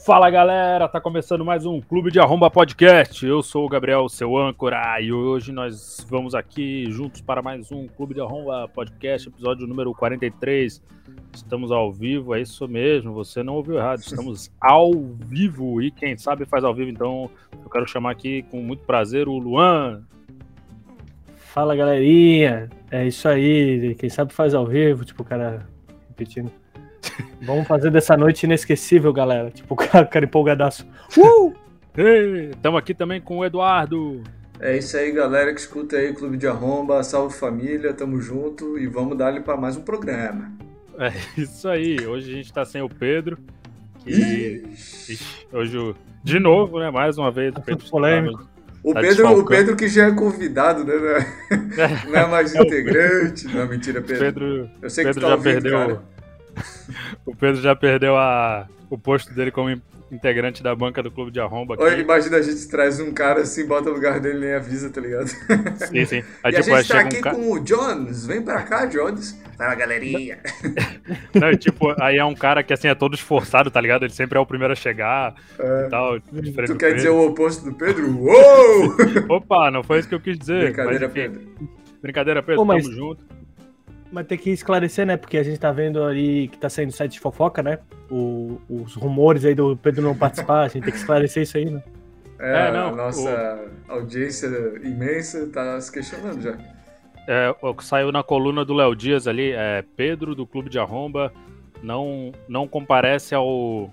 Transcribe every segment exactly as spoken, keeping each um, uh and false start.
Fala galera, tá começando mais um Clube de Arromba Podcast. Eu sou o Gabriel, seu âncora, e hoje nós vamos aqui juntos para mais um Clube de Arromba Podcast, episódio número quarenta e três. Estamos ao vivo, é isso mesmo, você não ouviu errado, estamos ao vivo e quem sabe faz ao vivo, então eu quero chamar aqui com muito prazer o Luan. Fala galerinha, é isso aí, quem sabe faz ao vivo, tipo o cara repetindo. Vamos fazer dessa noite inesquecível, galera. Tipo, o cara, cara empolgadaço. Uh! Estamos aqui também com o Eduardo. É isso aí, galera que escuta aí Clube de Arromba, salve família, tamo junto e vamos dar-lhe para mais um programa. É isso aí, hoje a gente tá sem o Pedro. Que... Ixi, hoje, de novo, né? Mais uma vez, o Pedro polêmico. O Pedro, o Pedro que já é convidado, né? Não é, não é mais integrante. Não, mentira, Pedro. Pedro Eu sei Pedro que tu tá já ouvindo, perdeu. cara. O Pedro já perdeu a, o posto dele como integrante da banca do Clube de Arromba. Aqui. Olha, imagina a gente traz um cara assim, bota no lugar dele e nem avisa, tá ligado? Sim, sim. Aí, e tipo, a gente tá chega aqui um ca... com o Jones. Vem pra cá, Jones. Fala, galerinha. Não, e, tipo, aí é um cara que assim é todo esforçado, tá ligado? Ele sempre é o primeiro a chegar É. e tal. Tu quer dizer o oposto do Pedro? Uou! Opa, não foi isso que eu quis dizer. Brincadeira, mas, Pedro. Brincadeira, Pedro. Pô, mas... Tamo junto. Mas tem que esclarecer, né? Porque a gente tá vendo ali que tá saindo site de fofoca, né? O, os rumores aí do Pedro não participar, a gente tem que esclarecer isso aí, né? É, É, não, a nossa o... audiência imensa tá se questionando já. É, o que saiu na coluna do Léo Dias ali, é Pedro do Clube de Arromba não, não comparece ao,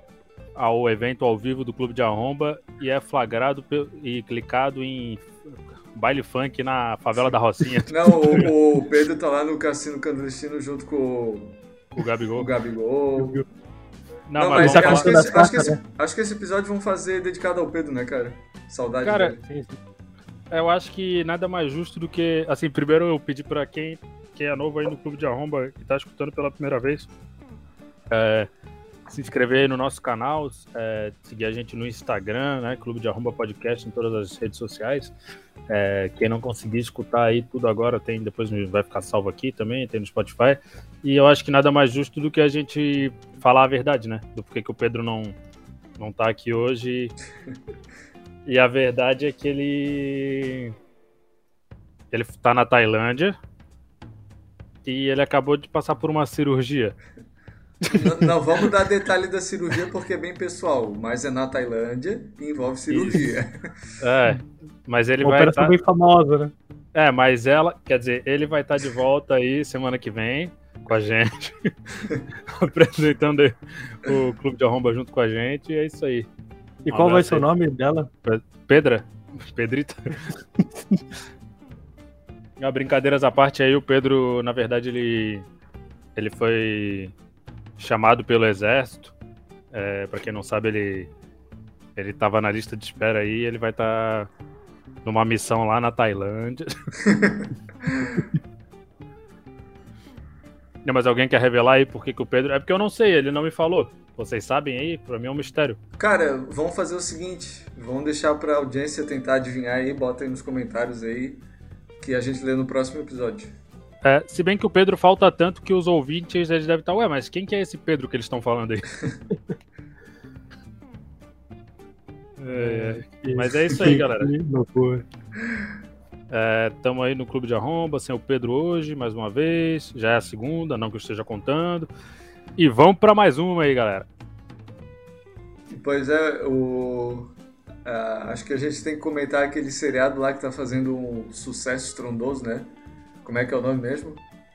ao evento ao vivo do Clube de Arromba e é flagrado pe- e clicado em baile funk na favela da Rocinha. Não, o, o Pedro tá lá no cassino clandestino junto com o, O Gabigol. o Gabigol. Não, Não, mas, mas, vamos acho, falar- que das esse, acho, que cartas, esse, acho que esse episódio vão fazer dedicado ao Pedro, né, cara? Saudade Cara, dele. Sim, sim. eu acho que nada mais justo do que... Assim, primeiro eu pedi pra quem, quem é novo aí no Clube de Arromba, que tá escutando pela primeira vez, é, se inscrever aí no nosso canal, é, seguir a gente no Instagram, né? Clube de Arromba Podcast em todas as redes sociais. É, quem não conseguir escutar aí tudo agora, tem, depois vai ficar salvo aqui também, tem no Spotify. E eu acho que nada mais justo do que a gente falar a verdade, né? Do porquê que o Pedro não, não tá aqui hoje. E a verdade é que ele ele tá na Tailândia e ele acabou de passar por uma cirurgia. Não, não vamos dar detalhe da cirurgia porque é bem pessoal, mas é na Tailândia e envolve cirurgia. É, mas ele Uma vai operação estar... bem famosa, né? É, mas ela, quer dizer, ele vai estar de volta aí semana que vem com a gente, apresentando o Clube de Arromba junto com a gente, e é isso aí. E Um qual vai abraço ser o aí. nome dela? Pedra? Pedrita? Ah, brincadeiras à parte aí, o Pedro, na verdade, ele, ele foi chamado pelo exército. É, para quem não sabe, ele ele tava na lista de espera aí, ele vai estar numa missão lá na Tailândia. Não, mas alguém quer revelar aí por que que o Pedro... É porque eu não sei, ele não me falou. Vocês sabem aí? Pra mim é um mistério. Cara, vamos fazer o seguinte, vamos deixar pra audiência tentar adivinhar aí, bota aí nos comentários aí, que a gente lê no próximo episódio. É, se bem que o Pedro falta tanto que os ouvintes eles devem estar... Ué, mas quem que é esse Pedro que eles estão falando aí? É, é. Mas é isso aí, galera. Estamos aí no Clube de Arromba, sem o Pedro hoje, mais uma vez. Já é a segunda, não que eu esteja contando. E vamos para mais uma aí, galera. Pois é, o... ah, acho que a gente tem que comentar aquele seriado lá que tá fazendo um sucesso estrondoso, né? Como é que é o nome mesmo?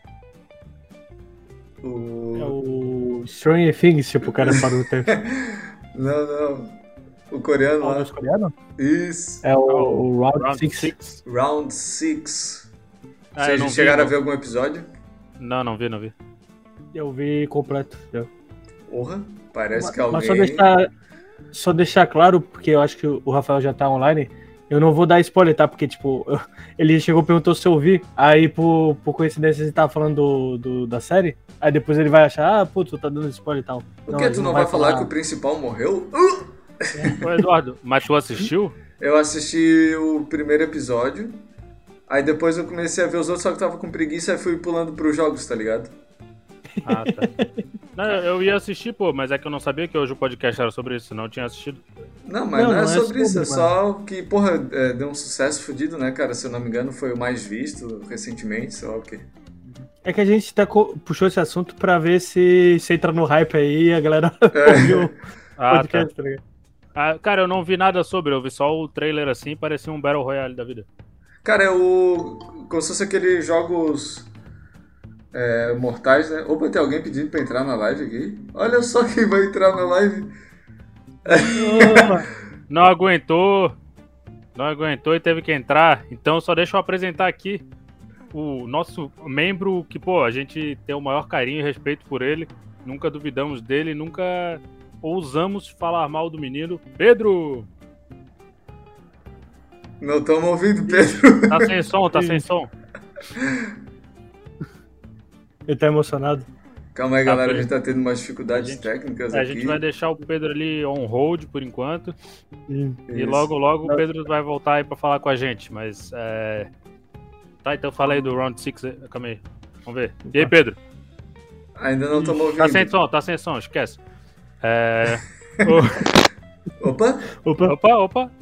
O... É o Stranger Things, tipo, o cara parou o tempo. Não, não. O coreano Ah, lá. dos coreanos? Isso. É o, o Round Round six. Six. Round six. Ah, eu Vocês não vi, chegaram não. a ver algum episódio? Não, não vi, não vi. Eu vi completo. Eu. Porra, parece Mas, que alguém... mas só deixar, só deixar claro, porque eu acho que o Rafael já tá online, eu não vou dar spoiler, tá? Porque, tipo, eu- ele chegou e perguntou se eu vi, aí por, por coincidência ele tava falando do, do- da série, aí depois ele vai achar, ah, pô, tu tá dando spoiler e tal. Por que ele tu não vai falar que o principal morreu? Uh! Ô, Eduardo, mas tu assistiu? Eu assisti o primeiro episódio, aí depois eu comecei a ver os outros, só que eu tava com preguiça e fui pulando pros jogos, tá ligado? Ah, tá. Não, eu ia assistir, pô, mas é que eu não sabia que hoje o podcast era sobre isso, senão eu tinha assistido. Não, mas Não, não, é não é sobre sobre, isso, é mano. só que, porra, é, deu um sucesso fudido, né, cara? Se eu não me engano, foi o mais visto recentemente, sei lá o quê. É que a gente tá co- puxou esse assunto pra ver se, se entra no hype aí e a galera É. ouviu o Ah, tá. podcast, tá ligado? Ah, cara, eu não vi nada sobre, eu vi só o trailer assim, parecia um Battle Royale da vida. Cara, é o. Como se fosse aqueles jogos é, mortais, né? Opa, tem alguém pedindo pra entrar na live aqui? Olha só quem vai entrar na live. Opa! Não aguentou, não aguentou e teve que entrar, então só deixa eu apresentar aqui o nosso membro que, pô, a gente tem o maior carinho e respeito por ele, nunca duvidamos dele, nunca ousamos falar mal do menino, Pedro! Não estamos ouvindo, Pedro. Tá sem som, tá sem som. Ele tá emocionado. Calma aí, Tá, galera, a Pedro. gente tá tendo umas dificuldades A gente- técnicas A aqui. gente vai deixar o Pedro ali on hold por enquanto, Hum. e Isso. logo logo o Não. Pedro vai voltar aí pra falar com a gente, mas é... Tá, então fala aí do Round six, calma aí, vamos ver. E aí, Pedro? Ainda não estamos ouvindo. Tá sem som, tá sem som, esquece. É... Opa, Opa! Opa, opa.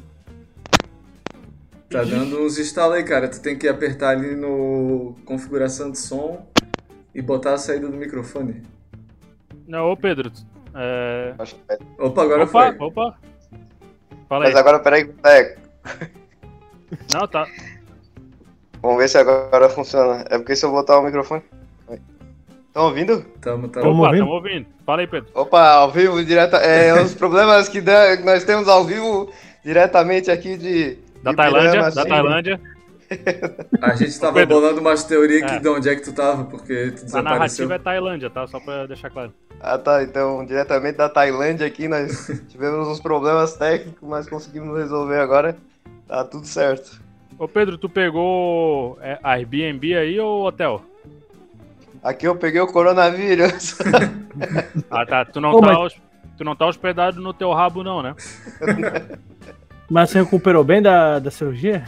tá dando uns instalos aí, cara. Tu tem que apertar ali no configuração de som e botar a saída do microfone. Não, ô Pedro. É... Acho que vai. Opa, agora Opa, foi. opa. Fala aí. Mas agora, peraí. É, Não, tá. vamos ver se agora funciona. É porque se eu botar o microfone. Estão ouvindo? Tamo, tamo. Tamo Opa, ouvindo? tamo ouvindo. Fala aí, Pedro. Opa, ao vivo, direto. É, os problemas que dá- que nós temos ao vivo, diretamente aqui de. Da de Tailândia, Pirama, da assim. Tailândia. A gente tava Pedro. bolando umas teorias aqui É. de onde é que tu tava, porque tu A desapareceu. narrativa é Tailândia, tá? Só pra deixar claro. Ah, tá. Então, diretamente da Tailândia aqui, nós tivemos uns problemas técnicos, mas conseguimos resolver agora. Tá tudo certo. Ô Pedro, tu pegou é, Airbnb aí ou hotel? Aqui eu peguei o coronavírus. Ah, tá. Tu não, Ô, tá, mas- hos- tu não tá hospedado no teu rabo, não, né? Mas você recuperou bem da, da cirurgia?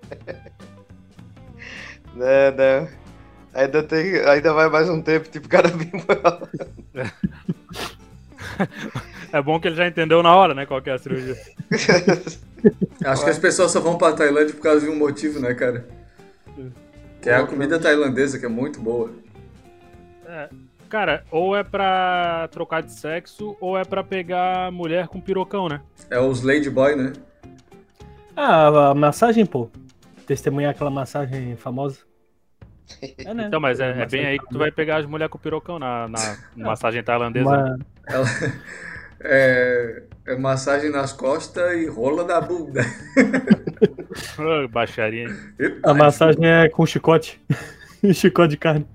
né, né. Ainda, tem, ainda vai mais um tempo, tipo, cada bimbo. É bom que ele já entendeu na hora, né? Qual que é a cirurgia. Acho que as pessoas só vão pra Tailândia por causa de um motivo, né, cara? Que é a comida tailandesa, que é muito boa. É, cara, ou é pra trocar de sexo, ou é pra pegar mulher com pirocão, né? É os Ladyboy, né? Ah, a massagem, pô. Testemunhar aquela massagem famosa. É, né? Então, mas é, é bem aí que tu vai pegar as mulheres com pirocão na, na massagem tailandesa. Uma- Ela... É... é massagem nas costas e rola da bunda. Ô, baixaria. hein? Epa, A massagem é com chicote. Chicote de carne.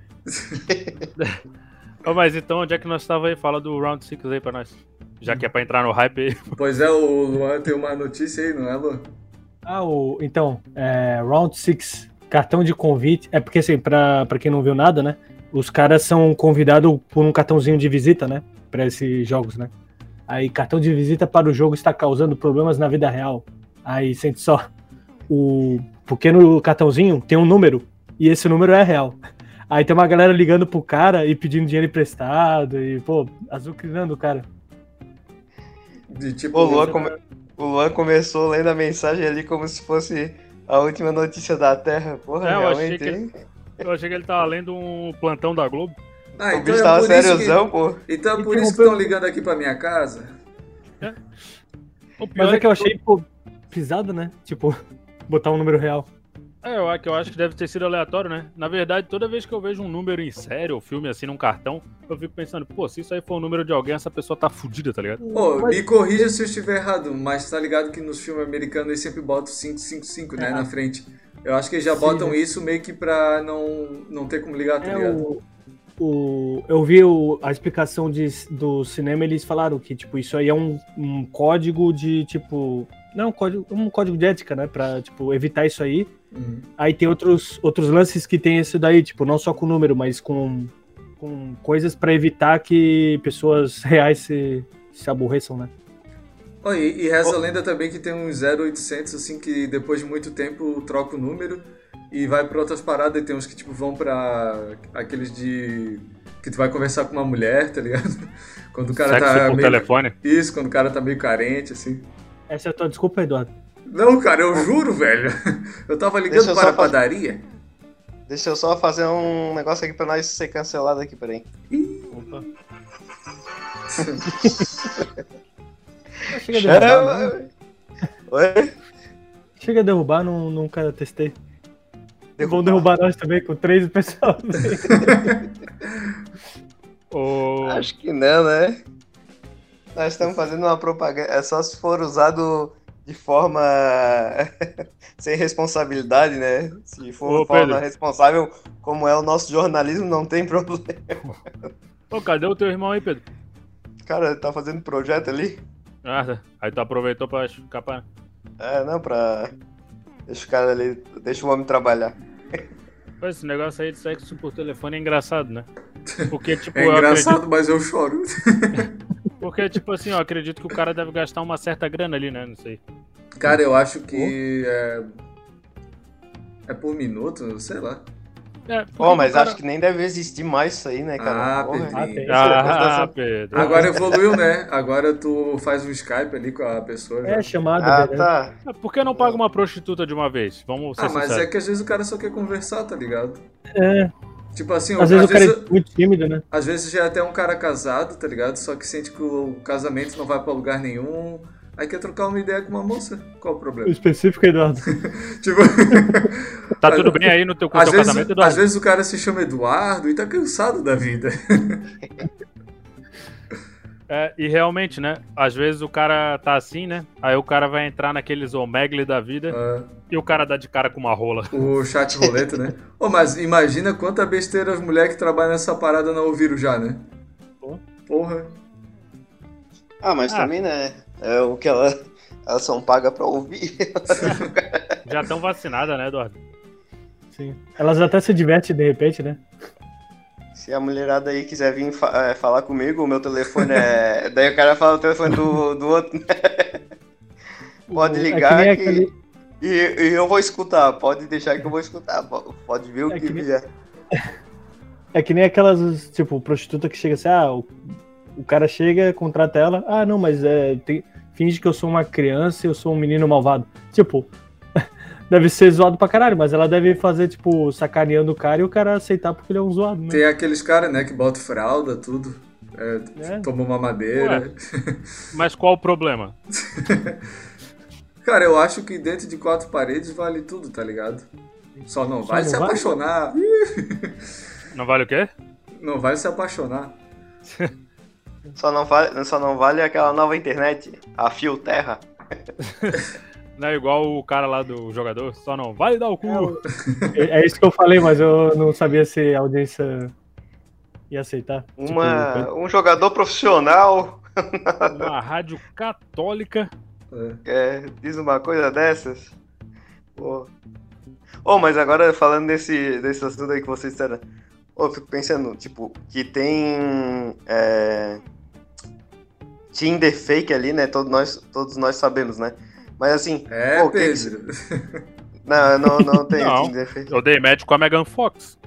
Ô, mas então, onde é que nós estávamos aí? Fala do Round six aí pra nós. Já que é pra entrar no hype aí. Pois é, o Luan tem uma notícia aí, não é, Luan? Ah, o, então, é, Round six, cartão de convite. É porque, assim, pra, pra quem não viu nada, né? Os caras são convidados por um cartãozinho de visita, né? Pra esses jogos, né? Aí, cartão de visita para o jogo está causando problemas na vida real. Aí, sente só. O pequeno cartãozinho tem um número. E esse número é real. Aí tem uma galera ligando pro cara e pedindo dinheiro emprestado. E, pô, azucrinando o cara. De tipo. O Luan, come- o Luan começou lendo a mensagem ali como se fosse a última notícia da Terra. Porra, É, eu achei realmente, que- hein? Eu achei que ele tava lendo um plantão da Globo. Ah, O então bicho é tava por isso sériozão, que... pô. Então é por isso que Interrompeu. estão ligando aqui pra minha casa? O pior Mas é que eu tu- achei, pô, pisado, né? Tipo, botar um número real. É, eu acho que eu acho que deve ter sido aleatório, né? Na verdade, toda vez que eu vejo um número em série ou filme assim num cartão, eu fico pensando, pô, se isso aí for o número de alguém, essa pessoa tá fudida, tá ligado? Pô, me corrija se eu estiver errado, mas tá ligado que nos filmes americanos eles sempre botam cinco cinco cinco, né, É. na frente. Eu acho que eles já Sim, botam né? isso meio que pra não, não ter como ligar, tá É, ligado? o, o, eu vi o- a explicação de, do cinema, eles falaram que, tipo, isso aí é um, um código de, tipo... Não, um código, um código de ética, né? Pra, tipo, evitar isso aí. Uhum. Aí tem outros, outros lances que tem isso daí, tipo, não só com número, mas com, com coisas pra evitar que pessoas reais se, se aborreçam, né? Oh, e, e reza a lenda também que tem um zero oitocentos, assim, que depois de muito tempo troca o número e vai pra outras paradas. E tem uns que, tipo, vão pra aqueles de que tu vai conversar com uma mulher, tá ligado? Quando o cara Sexo tá por meio... telefone? Isso, quando o cara tá meio carente, assim. Essa é a tua desculpa, Eduardo. Não, cara, eu juro, velho. Eu tava ligando Deixa eu para só a fa- padaria. Deixa eu só fazer um negócio aqui pra nós ser cancelado aqui, peraí. Opa. Chega a derrubar, né? Oi? Chega a derrubar, não, nunca testei. Derrubar. Vão derrubar nós também, com três pessoas. Ô, Acho que não, né? Nós estamos fazendo uma propaganda. É só se for usado de forma sem responsabilidade, né? Se for Ô, de forma Pedro. responsável, como é o nosso jornalismo, não tem problema. Ô, cadê o teu irmão aí, Pedro? Cara, tá fazendo projeto ali? Ah, tá. Aí tu aproveitou pra escapar. É, não, pra. Deixa o cara ali. Deixa o homem trabalhar. Pô, esse negócio aí de sexo por telefone é engraçado, né? Porque, tipo, É eu engraçado, acredito, mas eu choro. porque, tipo assim, eu acredito que o cara deve gastar uma certa grana ali, né? Não sei. Cara, eu acho que é... É por minuto, sei lá. É, porque Pô, mas o cara- acho que nem deve existir mais isso aí, né, cara? Ah, Porra. Pedrinho. Ah, tem. Ah, Pedro. Agora evoluiu, né? Agora tu faz um Skype ali com a pessoa. É já. chamada, Ah, velho. tá. Ah, por que não paga uma prostituta de uma vez? Vamos ser Ah, mas sinceros. é que às vezes o cara só quer conversar, tá ligado? É, Tipo assim, às vezes o cara vezes, é muito tímido, né? às vezes já é até um cara casado, tá ligado? Só que sente que o casamento não vai pra lugar nenhum. Aí quer trocar uma ideia com uma moça. Qual o O problema? específico, Eduardo. Tipo, Tá tudo bem aí no teu, com o às teu vezes, casamento, às Eduardo? vezes o cara se chama Eduardo e tá cansado da vida. É, e realmente, né? Às vezes o cara tá assim, né? Aí o cara vai entrar naqueles omegle da vida Ah, e o cara dá de cara com uma rola. o chat roleta, né? Ô, mas imagina quanta besteira as mulheres que trabalham nessa parada não ouviram já, né? Pô. Porra. Ah, mas Ah. também, né? É o que ela, elas são pagas pra ouvir. Já estão vacinadas, né, Eduardo? Sim. Elas até se divertem de repente, né? Se a mulherada aí quiser vir fa- é, falar comigo, o meu telefone é. Daí o cara fala o telefone do, do outro. Pode É ligar nem que. aquele- E, e eu vou escutar. Pode deixar que eu vou escutar. po- Pode ver o É que que nem- vier. É que nem aquelas, tipo, prostituta que chega assim, ah, o, o cara chega, contrata ela, ah, não, mas é, tem- finge que eu sou uma criança e eu sou um menino malvado. Tipo, deve ser zoado pra caralho, mas ela deve fazer, tipo, sacaneando o cara e o cara aceitar porque ele é um zoado, né? Tem aqueles caras, né, que botam fralda, tudo. É, É. Toma uma madeira. Mas qual o problema? Cara, eu acho que dentro de quatro paredes vale tudo, tá ligado? Só não Só vale não se vale? apaixonar. Não vale o quê? Não vale se apaixonar. Só não, vale, só não vale aquela nova internet, a Fio Terra. Não é igual o cara lá do jogador, só não vale dar o cu. É, é isso que eu falei, mas eu não sabia se a audiência ia aceitar. Uma, Tipo, um jogador profissional Uma rádio católica. É. é, diz uma coisa dessas. Pô. Oh, mas agora falando desse, desse assunto aí que vocês disseram, oh, eu fico pensando, tipo, que tem é, Tinder fake ali, né? Todos nós, todos nós sabemos, né? Mas assim, É, pô, o que que- Pedro. não, não, não tem Não. Tinder fake. Eu dei match com a Megan Fox.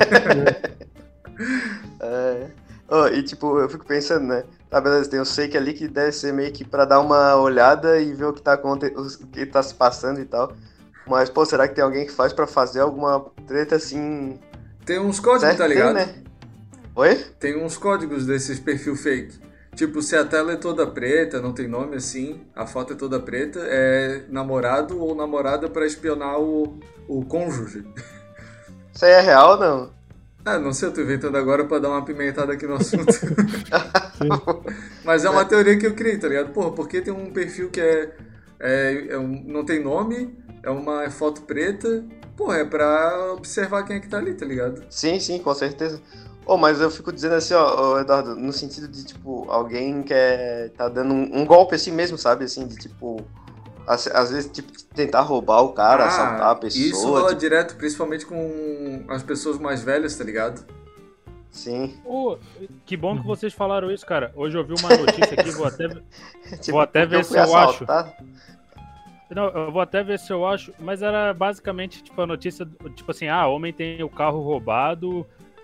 É. Oh, e tipo, eu fico pensando, né? Tá, beleza, tem o fake ali que deve ser meio que pra dar uma olhada e ver o que tá, aconte... o que tá se passando e tal. Mas, pô, será que tem alguém que faz pra fazer alguma treta assim? Tem uns códigos, Certo, tá tem, ligado? né? Oi? Tem uns códigos desses perfil fake. Tipo, se a tela é toda preta, não tem nome assim, a foto é toda preta, é namorado ou namorada pra espionar o, o cônjuge. Isso aí é real ou não? Ah, não sei, eu tô inventando agora pra dar uma pimentada aqui no assunto. Mas é uma teoria que eu criei, tá ligado? Porra, porque tem um perfil que é, é, é um- não tem nome, é uma foto preta, porra, é pra observar quem é que tá ali, tá ligado? Sim, sim, com certeza. Oh, mas eu fico dizendo assim, ó, ô, Eduardo, no sentido de, tipo, alguém quer tá dando um, um golpe assim mesmo, sabe? Assim, de, tipo, às, às vezes, tipo, tentar roubar o cara, assaltar a pessoa. Isso rola tipo, direto, principalmente com as pessoas mais velhas, tá ligado? sim. Ô, que bom que vocês falaram isso, cara. Hoje eu vi uma notícia aqui, vou até, Tipo, vou até porque ver eu se fui eu acho. assaltado. Não, eu vou até ver se eu acho, mas era basicamente tipo a notícia, tipo assim, ah, homem tem o carro roubado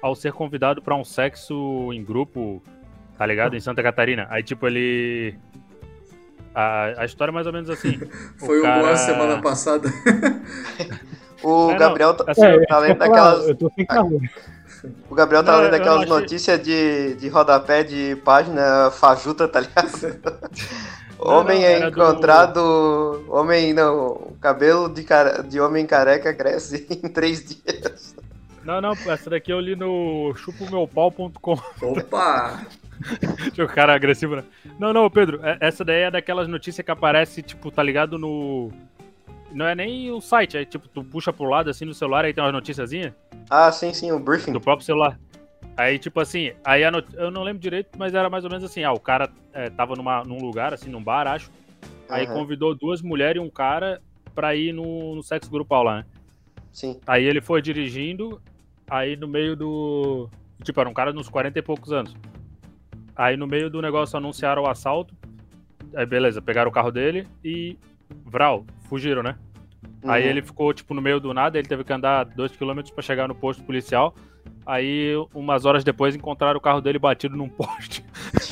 ao ser convidado pra um sexo em grupo, tá ligado? Em Santa Catarina. Aí, tipo, ele... A, a história é mais ou menos assim. Foi o cara... Luan semana passada. O É, Gabriel não, tá, assim, É, tá lendo eu, daquelas. eu tô sem carro. O Gabriel tá Não, lendo eu não aquelas achei- notícias de, de rodapé de página fajuta, tá ligado? Homem não, é era do- encontrado. Homem não. O cabelo de, cara, de homem careca cresce em três dias. Não, não, essa daqui eu li no chupo meu pau ponto com. Opa! O cara agressivo, né? Não, não, Pedro, é- essa daí é daquelas notícias que aparece, tipo, tá ligado no... Não é nem o site, é tipo, tu puxa pro lado assim no celular, aí tem umas noticiazinhas Ah, sim, sim, o briefing. do próprio celular. Aí, tipo assim, aí a not... eu não lembro direito, mas era mais ou menos assim, ah, o cara é, tava numa, num lugar, assim, num bar, acho, aí Aham, convidou duas mulheres e um cara pra ir no, no sexo grupal lá, né? sim. Aí ele foi dirigindo, aí no meio do... Tipo, era um cara nos quarenta e poucos anos. Aí no meio do negócio anunciaram o assalto, aí beleza, pegaram o carro dele e... Vral, fugiram, né? Aí Uhum. ele ficou, tipo, no meio do nada, ele teve que andar dois quilômetros pra chegar no posto policial. Aí, umas horas depois, encontraram o carro dele batido num poste.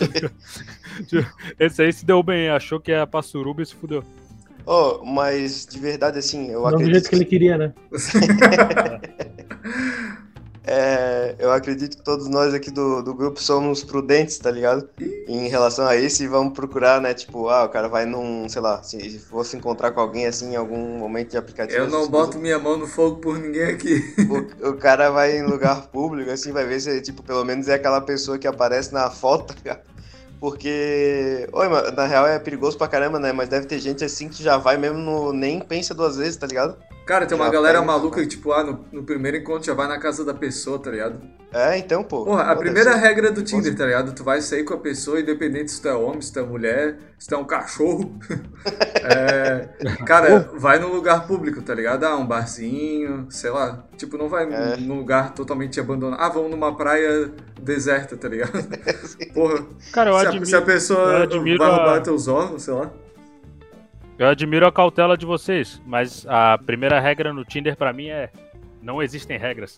Esse aí se deu bem, achou que ia pra suruba e se fudeu. Oh, mas de verdade, assim, eu Não do acredito jeito que ele queria, né? É, eu acredito que todos nós aqui do, do grupo somos prudentes, tá ligado? Em relação a isso, e vamos procurar, né? Tipo, ah, o cara vai num, sei lá, se fosse encontrar com alguém assim em algum momento de aplicativo. Eu não essas boto coisas, minha mão no fogo por ninguém aqui. o, o cara vai em lugar público, assim, vai ver se, tipo, pelo menos é aquela pessoa que aparece na foto, tá ligado? Porque, oi, mas na real é perigoso pra caramba, né? Mas deve ter gente assim que já vai mesmo no, nem pensa duas vezes, tá ligado? Cara, tem uma Já galera pega, maluca né? que, tipo, ah, no, no primeiro encontro já vai na casa da pessoa, tá ligado? É, então, pô. Porra, a Pô, primeira deve ser- regra do Tinder, tá ligado? Tu vai sair com a pessoa, independente se tu é homem, se tu é mulher, se tu é um cachorro. É, cara, vai num lugar público, tá ligado? Ah, um barzinho, sei lá. Tipo, não vai É. num lugar totalmente abandonado. Ah, vamos numa praia deserta, tá ligado? Porra, Cara, eu se, a, admiro, se a pessoa eu admiro vai a- roubar teus órgãos, sei lá. eu admiro a cautela de vocês, mas a primeira regra no Tinder pra mim é não existem regras.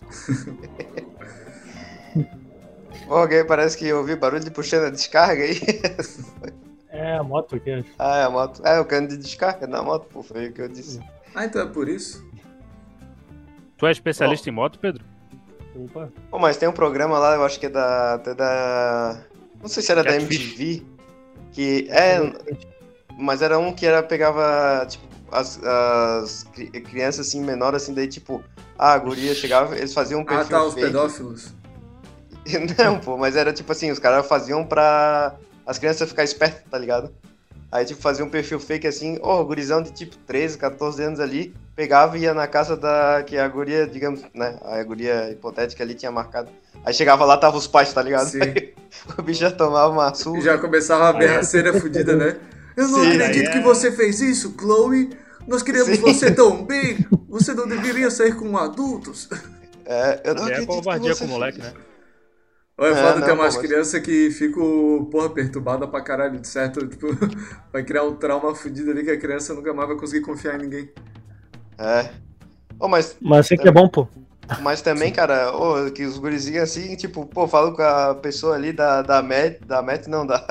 Ó, alguém parece que eu ouvi barulho de puxando a descarga aí. É, a moto aqui. Ah, é a moto. É, o cano de descarga na moto, pô, foi o que eu disse. Ah, então é por isso? Tu é especialista em moto, Pedro? Opa. Pô, mas tem um programa lá, eu acho que é da. até da. Não sei se era da Catfish. M T V. Que é. Mas era um que era, pegava, tipo, as, as cri- crianças assim, menores, assim, daí, tipo, ah, a guria chegava, eles faziam um Ah, perfil tá, os fake. pedófilos. Não, pô, mas era tipo assim, os caras faziam pra as crianças ficarem espertas, tá ligado? Aí, tipo, fazia um perfil fake assim, ó, oh, gurizão de tipo treze, catorze anos ali, pegava e ia na casa da. Que a guria, digamos, né? A guria hipotética ali tinha marcado. Aí chegava lá, tava os pais, tá ligado? Sim. Aí, o bicho já tomava uma surra. Já começava a berraceira fudida, né? Eu não Sim, acredito aí que é- você fez isso, Chloe. Nós queríamos Sim. você tão bem. Você não deveria sair com adultos. É, eu não É acredito que covardia você com o moleque, fez. né? Olha, é É, foda não, ter umas pô, mas- crianças que ficam, porra, perturbadas pra caralho, de certo? Tipo, vai criar um trauma fudido ali que a criança nunca mais vai conseguir confiar em ninguém. É. Ô, mas, Mas sei que é bom, pô. mas também, cara, ô, que os gurizinhos assim, tipo, pô, falam com a pessoa ali da, da Met, da Met não, da,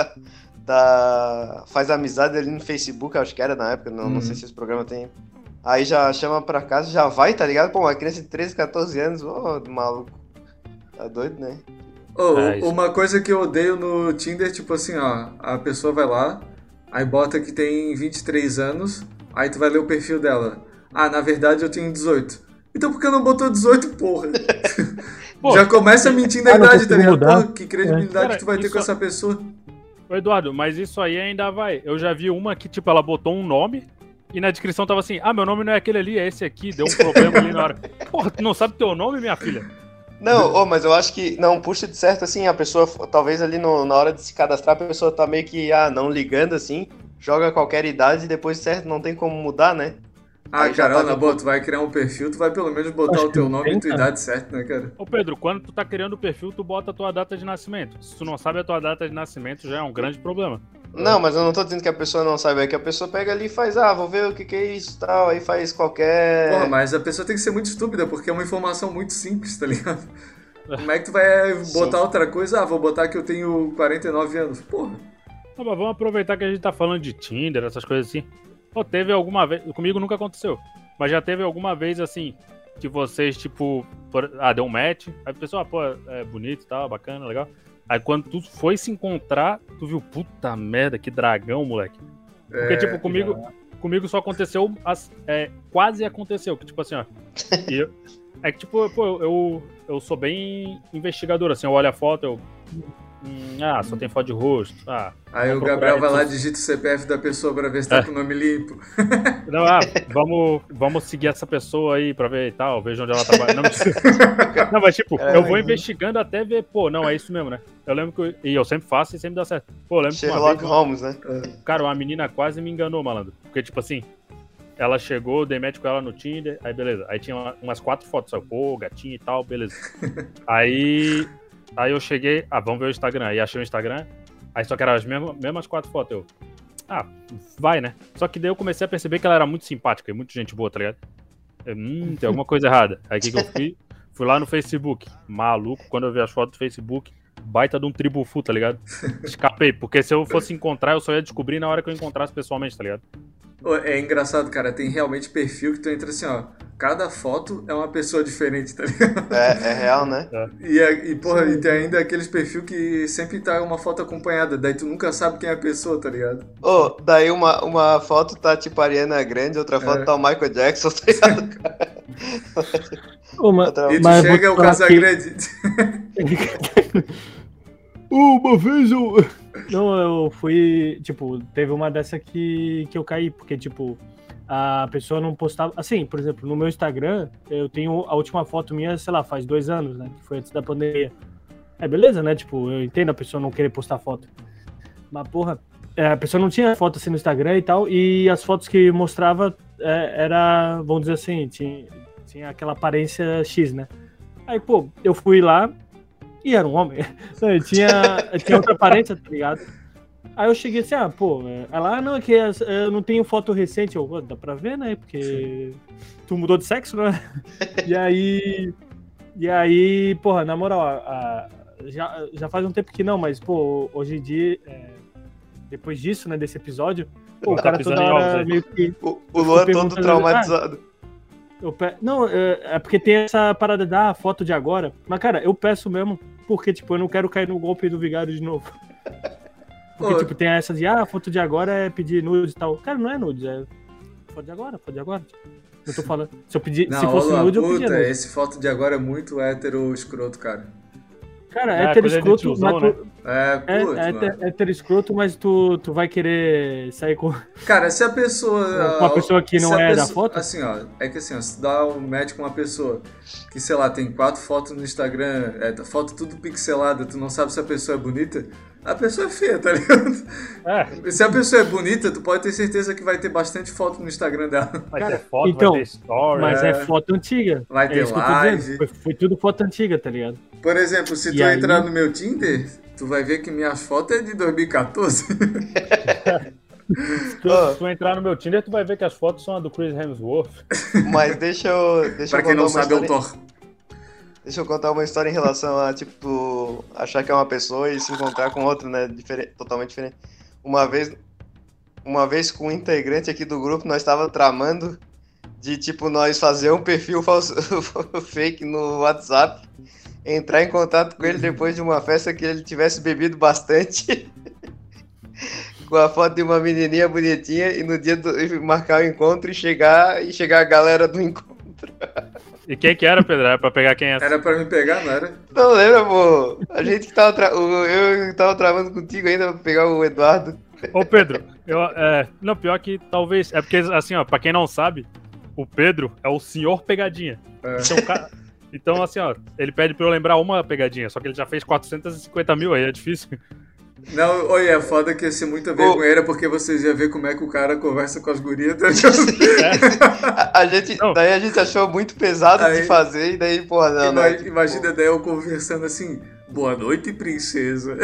da... Faz amizade ali no Facebook, acho que era na época, não, não Uhum. sei se esse programa tem. Aí já chama pra casa, já vai, tá ligado? Pô, uma criança de treze, catorze anos, ô, maluco. Tá doido, né? Ô, É, isso. uma coisa que eu odeio no Tinder, tipo assim, ó, a pessoa vai lá, aí bota que tem vinte e três anos, aí tu vai ler o perfil dela. Ah, na verdade eu tenho dezoito. Então por que não botou dezoito, porra? Pô, Já começa mentindo a Ah, não idade, tá consigo ligado? mudar. Porra, que credibilidade Cara, que tu vai ter isso- com essa pessoa? Ô, Eduardo, mas isso aí ainda vai. Eu já vi uma que, tipo, ela botou um nome e na descrição tava assim, ah, meu nome não é aquele ali, é esse aqui, deu um problema ali na hora. Porra, tu não sabe teu nome, minha filha? Não, ô, mas eu acho que, não, puxa de certo, assim, a pessoa, talvez ali no, na hora de se cadastrar, a pessoa tá meio que, ah, não ligando, assim, joga qualquer idade e depois, certo, não tem como mudar, né? Ah, Aí já cara, tá na de boa, boa. tu vai criar um perfil, tu vai pelo menos botar Acho o teu que nome e tem, tua cara. idade certa, né, cara? Ô, Pedro, quando tu tá criando o perfil, tu bota a tua data de nascimento. Se tu não sabe a tua data de nascimento, já é um grande problema. Não, mas eu não tô dizendo que a pessoa não sabe, é que a pessoa pega ali e faz, ah, vou ver o que que é isso e tal, aí faz qualquer... Porra, mas a pessoa tem que ser muito estúpida, porque é uma informação muito simples, tá ligado? Como é que tu vai botar outra coisa? Ah, vou botar que eu tenho quarenta e nove anos. Porra. Não, mas vamos aproveitar que a gente tá falando de Tinder, essas coisas assim. Pô, teve alguma vez... Comigo nunca aconteceu. Mas já teve alguma vez, assim, que vocês, tipo... Por... Ah, deu um match. Aí a pessoa, ah, pô, é bonito e tal, bacana, legal. Aí quando tu foi se encontrar, tu viu, puta merda, que dragão, moleque. Porque, É, tipo, comigo... Comigo só aconteceu, é, quase aconteceu, que tipo assim, ó, e eu, é que tipo, pô, eu, eu sou bem investigador, assim, eu olho a foto, eu, hum, ah, só tem foto de rosto, ah. Aí o Gabriel vai lá, digita o C P F da pessoa pra ver se tá É. com o nome limpo. Não, ah, vamos, vamos seguir essa pessoa aí pra ver e tal, vejo onde ela trabalha. Não, não mas tipo, É, eu vou mas- investigando até ver, pô, não, é isso mesmo, né? Eu lembro que, eu, e eu sempre faço e sempre dá certo. Pô, eu lembro que uma Sherlock vez, Holmes, né? cara, uma menina quase me enganou, malandro. Porque, tipo assim, ela chegou, eu dei match com ela no Tinder, aí beleza. Aí tinha uma- umas quatro fotos, sabe? Pô, gatinho e tal, beleza. Aí, aí eu cheguei, ah, vamos ver o Instagram. Aí achei o Instagram, aí só que eram as mesmas, mesmas quatro fotos. Eu, ah, vai, né? Só que daí eu comecei a perceber que ela era muito simpática e muito gente boa, tá ligado? Eu, hum, tem alguma coisa errada. Aí o que, que eu fui? Fui lá no Facebook. Maluco, quando eu vi as fotos do Facebook, baita de um tribufu, tá ligado? Escapei, porque se eu fosse encontrar, eu só ia descobrir na hora que eu encontrasse pessoalmente, tá ligado? Ô, é engraçado, cara, tem realmente perfil que tu entra assim, ó. Cada foto é uma pessoa diferente, tá ligado? É, é real, né? E, é- e porra, e tem ainda aqueles perfil que sempre tá uma foto acompanhada, daí tu nunca sabe quem é a pessoa, tá ligado? Ô, daí uma, uma foto tá tipo a Ariana Grande, outra foto É. tá o Michael Jackson, tá ligado? Ô, ma- Outra- E tu Mas vou chega te o falar Casagrande. Uma vez eu. Não, eu fui. Tipo, teve uma dessa que, que eu caí, porque, tipo, a pessoa não postava. Assim, por exemplo, no meu Instagram, eu tenho a última foto minha, sei lá, faz dois anos, né? Que foi antes da pandemia. É beleza, né? Tipo, eu entendo a pessoa não querer postar foto. Mas, porra, é, a pessoa não tinha foto assim no Instagram e tal, e as fotos que mostrava é, era, vamos dizer assim, tinha, tinha aquela aparência X, né? Aí, pô, eu fui lá. E era um homem. Não, tinha, tinha outra aparência, tá ligado? Aí eu cheguei assim, ah, pô, ela, ah, não, é que as- eu não tenho foto recente. Eu, "Pô, dá pra ver, né? Porque tu mudou de sexo, né? E aí, e aí, porra, na moral, a- a- já, já faz um tempo que não, mas, pô, hoje em dia, é, depois disso, né, desse episódio, pô, o Tá cara pisando toda em ovos hora aí. meio que... O, o Luan todo perguntando, traumatizado. Eu pe... Não, é, é porque tem essa parada da ah, foto de agora. Mas, cara, eu peço mesmo, porque, tipo, eu não quero cair no golpe do vigário de novo. Porque, Ô. tipo, tem essa de, ah, foto de agora é pedir nude e tal. Cara, não é nude, é foto de agora, foto de agora. Eu tô falando. Se eu pedir, Não, se fosse ô, nude, eu puta, pedia nude. esse foto de agora é muito hétero escroto, cara. Cara, É, é hétero coisa de escroto, tiozão, mas tu... É, É, putz, é mano. hétero- hétero escroto, mas tu, tu vai querer sair com Cara, se a pessoa... com uma pessoa que se não a é da pessoa- foto? Assim, ó, é que assim, ó, se tu dá um match com uma pessoa que, sei lá, tem quatro fotos no Instagram, é, foto tudo pixelada, tu não sabe se a pessoa é bonita, a pessoa é feia, tá ligado? É, Se a pessoa é bonita, tu pode ter certeza que vai ter bastante foto no Instagram dela. vai Cara, ter foto, então, vai ter story. Mas é, É. foto antiga. Vai é ter isso que eu tô live. dizendo. Foi, foi tudo foto antiga, tá ligado? Por exemplo, se E tu aí? entrar no meu Tinder, tu vai ver que minhas fotos é de dois mil e quatorze. Se tu, se tu entrar no meu Tinder, tu vai ver que as fotos são a do Chris Hemsworth. Mas deixa eu. Deixa Pra eu quem não contar uma sabe, é o história- Thor. Deixa eu contar uma história em relação a, tipo, tu achar que é uma pessoa e se encontrar com outra, né? Diferente, totalmente diferente. Uma vez, uma vez com um integrante aqui do grupo, nós estava tramando de, tipo, nós fazer um perfil falso, fake no WhatsApp, entrar em contato com ele depois de uma festa que ele tivesse bebido bastante, com a foto de uma menininha bonitinha, e no dia do, e marcar o encontro e chegar, e chegar a galera do encontro. E quem que era, Pedro? Era pra pegar quem é? Era pra me pegar, não era? Não lembra, pô? A gente que tava. Tra... o- Eu tava travando contigo ainda pra pegar o Eduardo. Ô, Pedro, eu, é, não, pior que talvez. É porque, assim, ó, pra quem não sabe, o Pedro é o senhor pegadinha. É. Então, o cara- então, assim, ó, ele pede pra eu lembrar uma pegadinha, só que ele já fez quatrocentos e cinquenta mil, aí é difícil. Não, oi, é foda que ia ser muita vergonheira porque vocês iam ver como é que o cara conversa com as gurias. Tá ligado? A, a gente, Não. daí a gente achou muito pesado Aí- de fazer, e daí, porra, não, Ima- não. tipo, Imagina daí eu conversando assim, boa noite, princesa.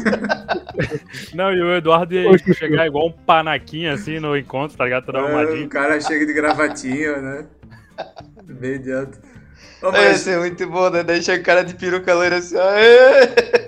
Não, e o Eduardo ia Oxe, chegar igual um panaquinha, assim, no encontro, tá ligado? Todo É, arrumadinho. o cara chega de gravatinha, né? Bem idiota. Ô, Mas... Ia mas... ser muito bom, né? Daí chega o cara de peruca loira assim, aê!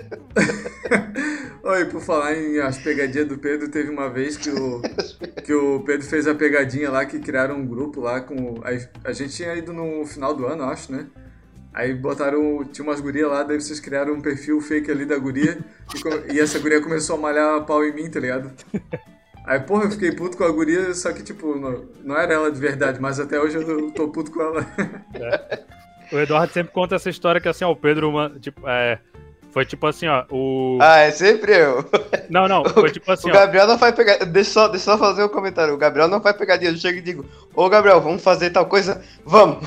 Oi, por falar em as pegadinhas do Pedro, teve uma vez que o, que o Pedro fez a pegadinha lá, que criaram um grupo lá com... A, a gente tinha ido no final do ano, acho, né? Aí botaram... Tinha umas gurias lá, daí vocês criaram um perfil fake ali da guria e, e essa guria começou a malhar pau em mim, tá ligado? Aí, porra, eu fiquei puto com a guria, só que, tipo, não, não era ela de verdade, mas até hoje eu tô puto com ela. É. O Eduardo sempre conta essa história que, assim, ó, o Pedro, uma, tipo, é... Foi tipo assim, ó, o... Ah, é sempre eu. Não, não, foi tipo assim, o ó... O Gabriel não vai pegar... Deixa só, deixa só fazer um comentário. O Gabriel não vai pegar dinheiro. Eu chego e digo, ô Gabriel, vamos fazer tal coisa? Vamos!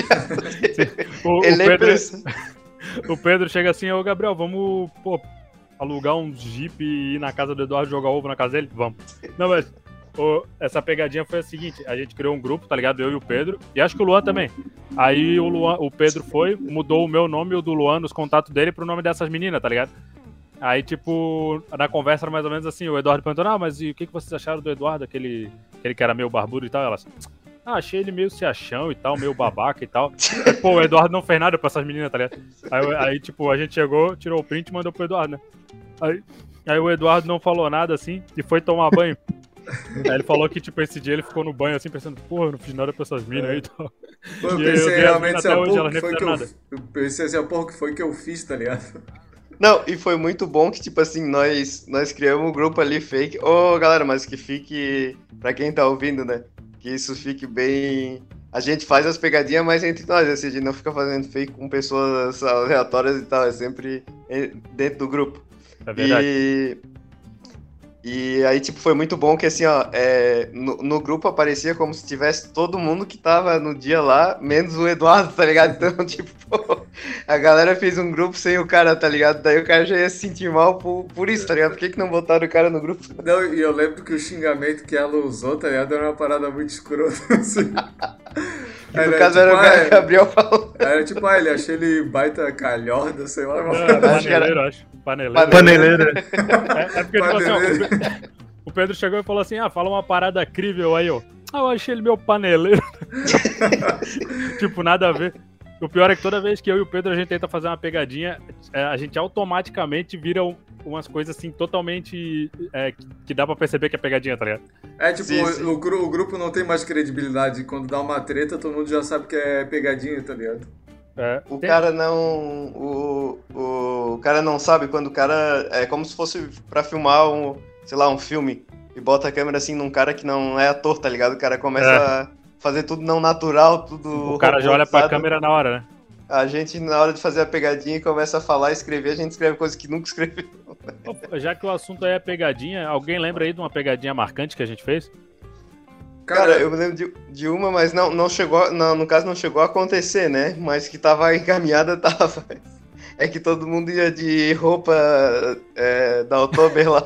o, Ele o, Pedro, pensa. O Pedro chega assim, ô Gabriel, vamos, pô, alugar um Jeep e ir na casa do Eduardo jogar ovo na casa dele? Vamos. Não, mas... O, essa pegadinha foi a seguinte, a gente criou um grupo, tá ligado? Eu e o Pedro, e acho que o Luan também. Aí o, Luan, o Pedro foi, mudou o meu nome e o do Luan nos contatos dele pro nome dessas meninas, tá ligado? Aí, tipo, na conversa era mais ou menos assim, o Eduardo perguntou, ah, mas e o que, que vocês acharam do Eduardo, aquele, aquele que era meio barbudo e tal? Elas, ah, achei ele meio se achão e tal, meio babaca e tal. Aí, pô, o Eduardo não fez nada pra essas meninas, tá ligado? Aí, aí tipo, a gente chegou, tirou o print e mandou pro Eduardo, né? Aí, aí o Eduardo não falou nada, assim, e foi tomar banho. Aí ele falou que, tipo, esse dia ele ficou no banho, assim, pensando, porra, eu não fiz nada pra essas minas aí e tal. Pô, eu E pensei eu realmente assim, até ó, hoje, pô, elas que nem foi que fizeram eu... nada. Eu pensei assim, ó, porra, que foi que eu fiz, tá ligado? Não, e foi muito bom que, tipo assim, nós, nós criamos um grupo ali fake. Ô, galera, mas que fique, pra quem tá ouvindo, né? Que isso fique bem... A gente faz as pegadinhas, mas entre nós, assim, a gente não fica fazendo fake com pessoas aleatórias e tal, é sempre dentro do grupo. É verdade. E... E aí, tipo, foi muito bom que, assim, ó, é, no, no grupo aparecia como se tivesse todo mundo que tava no dia lá, menos o Eduardo, tá ligado? Então, tipo, pô, a galera fez um grupo sem o cara, tá ligado? Daí o cara já ia se sentir mal por, por isso, tá ligado? Por que que não botaram o cara no grupo? Não, e eu lembro que o xingamento que ela usou, tá ligado? Era uma parada muito escrota, assim. No caso era o ah, Gabriel falando. Era tipo, ah, ele achei ele baita calhorda, sei lá. Não, Uma... era acho que era- paneleiro, acho. Paneleiro. Paneleira. É, é porque, tipo assim, ó, o Paneleiro. Pe- o Pedro chegou e falou assim, ah, fala uma parada crível aí, ó. Ah, eu achei ele meu paneleiro. Tipo, nada a ver. O pior é que toda vez que eu e o Pedro a gente tenta fazer uma pegadinha, é, a gente automaticamente vira um- umas coisas assim totalmente é, que, que dá pra perceber que é pegadinha, tá ligado? É tipo, Sim, o, sim. O, gru- o grupo não tem mais credibilidade. Quando dá uma treta, todo mundo já sabe que é pegadinha, tá ligado? É, O tem- cara não. O, o cara não sabe quando o cara. É como se fosse pra filmar um, sei lá, um filme. E bota a câmera assim num cara que não é ator, tá ligado? O cara começa É. a fazer tudo não natural, tudo. O cara já olha pra robotizado. câmera na hora, né? A gente, na hora de fazer a pegadinha, começa a falar e escrever, a gente escreve coisas que nunca escreveu. Opa, já que o assunto aí é pegadinha, alguém lembra aí de uma pegadinha marcante que a gente fez? Cara, eu me lembro de, de uma, mas não, não chegou, não, no caso não chegou a acontecer, né? Mas que tava encaminhada, tava. É que todo mundo ia de roupa é, da Oktober lá.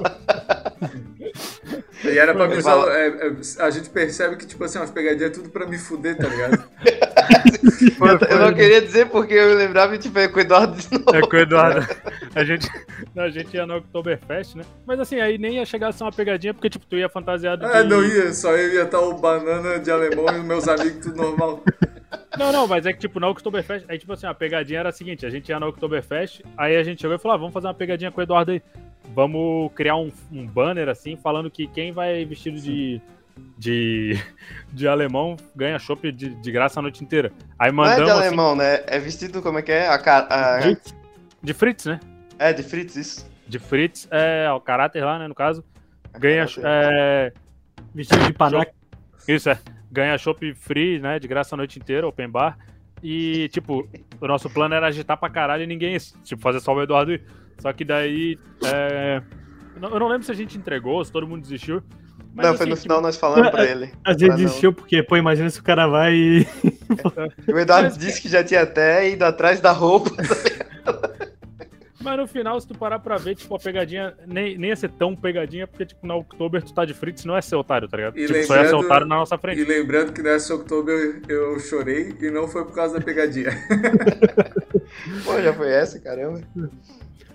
E era pra me Fala. só, é, é, a gente percebe que, tipo assim, as pegadinhas é tudo pra me fuder, tá ligado? Eu, eu não queria dizer porque eu me lembrava, tipo, é com o Eduardo de novo. É com o Eduardo. A gente, a gente ia no Oktoberfest, né? Mas assim, aí nem ia chegar a ser uma pegadinha, porque tipo, tu ia fantasiado de... Ah, não ia, só eu ia estar o banana de alemão e os meus amigos, tudo normal. Não, não, mas é que tipo, na Oktoberfest, aí tipo assim, a pegadinha era a seguinte, a gente ia na Oktoberfest, aí a gente chegou e falou, ah, vamos fazer uma pegadinha com o Eduardo aí. Vamos criar um, um banner assim, falando que quem vai vestido de... De, de alemão ganha chopp de, de graça a noite inteira. Aí Não é mandamos de assim, alemão, né? É vestido, como é que é? A, ca- a- de, de Fritz, né? É, de Fritz, isso. De Fritz, é o caráter lá, né, no caso. A Ganha, caráter. é, Vestido de panaca. isso é, ganha chopp free, né, de graça a noite inteira, open bar. E, tipo, o nosso plano era agitar pra caralho e ninguém, tipo, fazer só o Eduardo ir. Só que daí, é, eu não- eu não lembro se a gente entregou, se todo mundo desistiu. Mas, Não, foi assim, no tipo, final nós falando pra ele. A gente Pra não- desistiu porque, pô, imagina se o cara vai e. O Eduardo Mas- disse que já tinha até ido atrás da roupa. Mas no final, se tu parar pra ver, tipo, a pegadinha nem, nem ia ser tão pegadinha, porque, tipo, na Oktober tu tá de Fritz, não é ser otário, tá ligado? E Tipo, só ia ser lembrando- otário na nossa E frente. lembrando que nessa outubro eu, eu chorei e não foi por causa da pegadinha. Pô, já foi essa, caramba.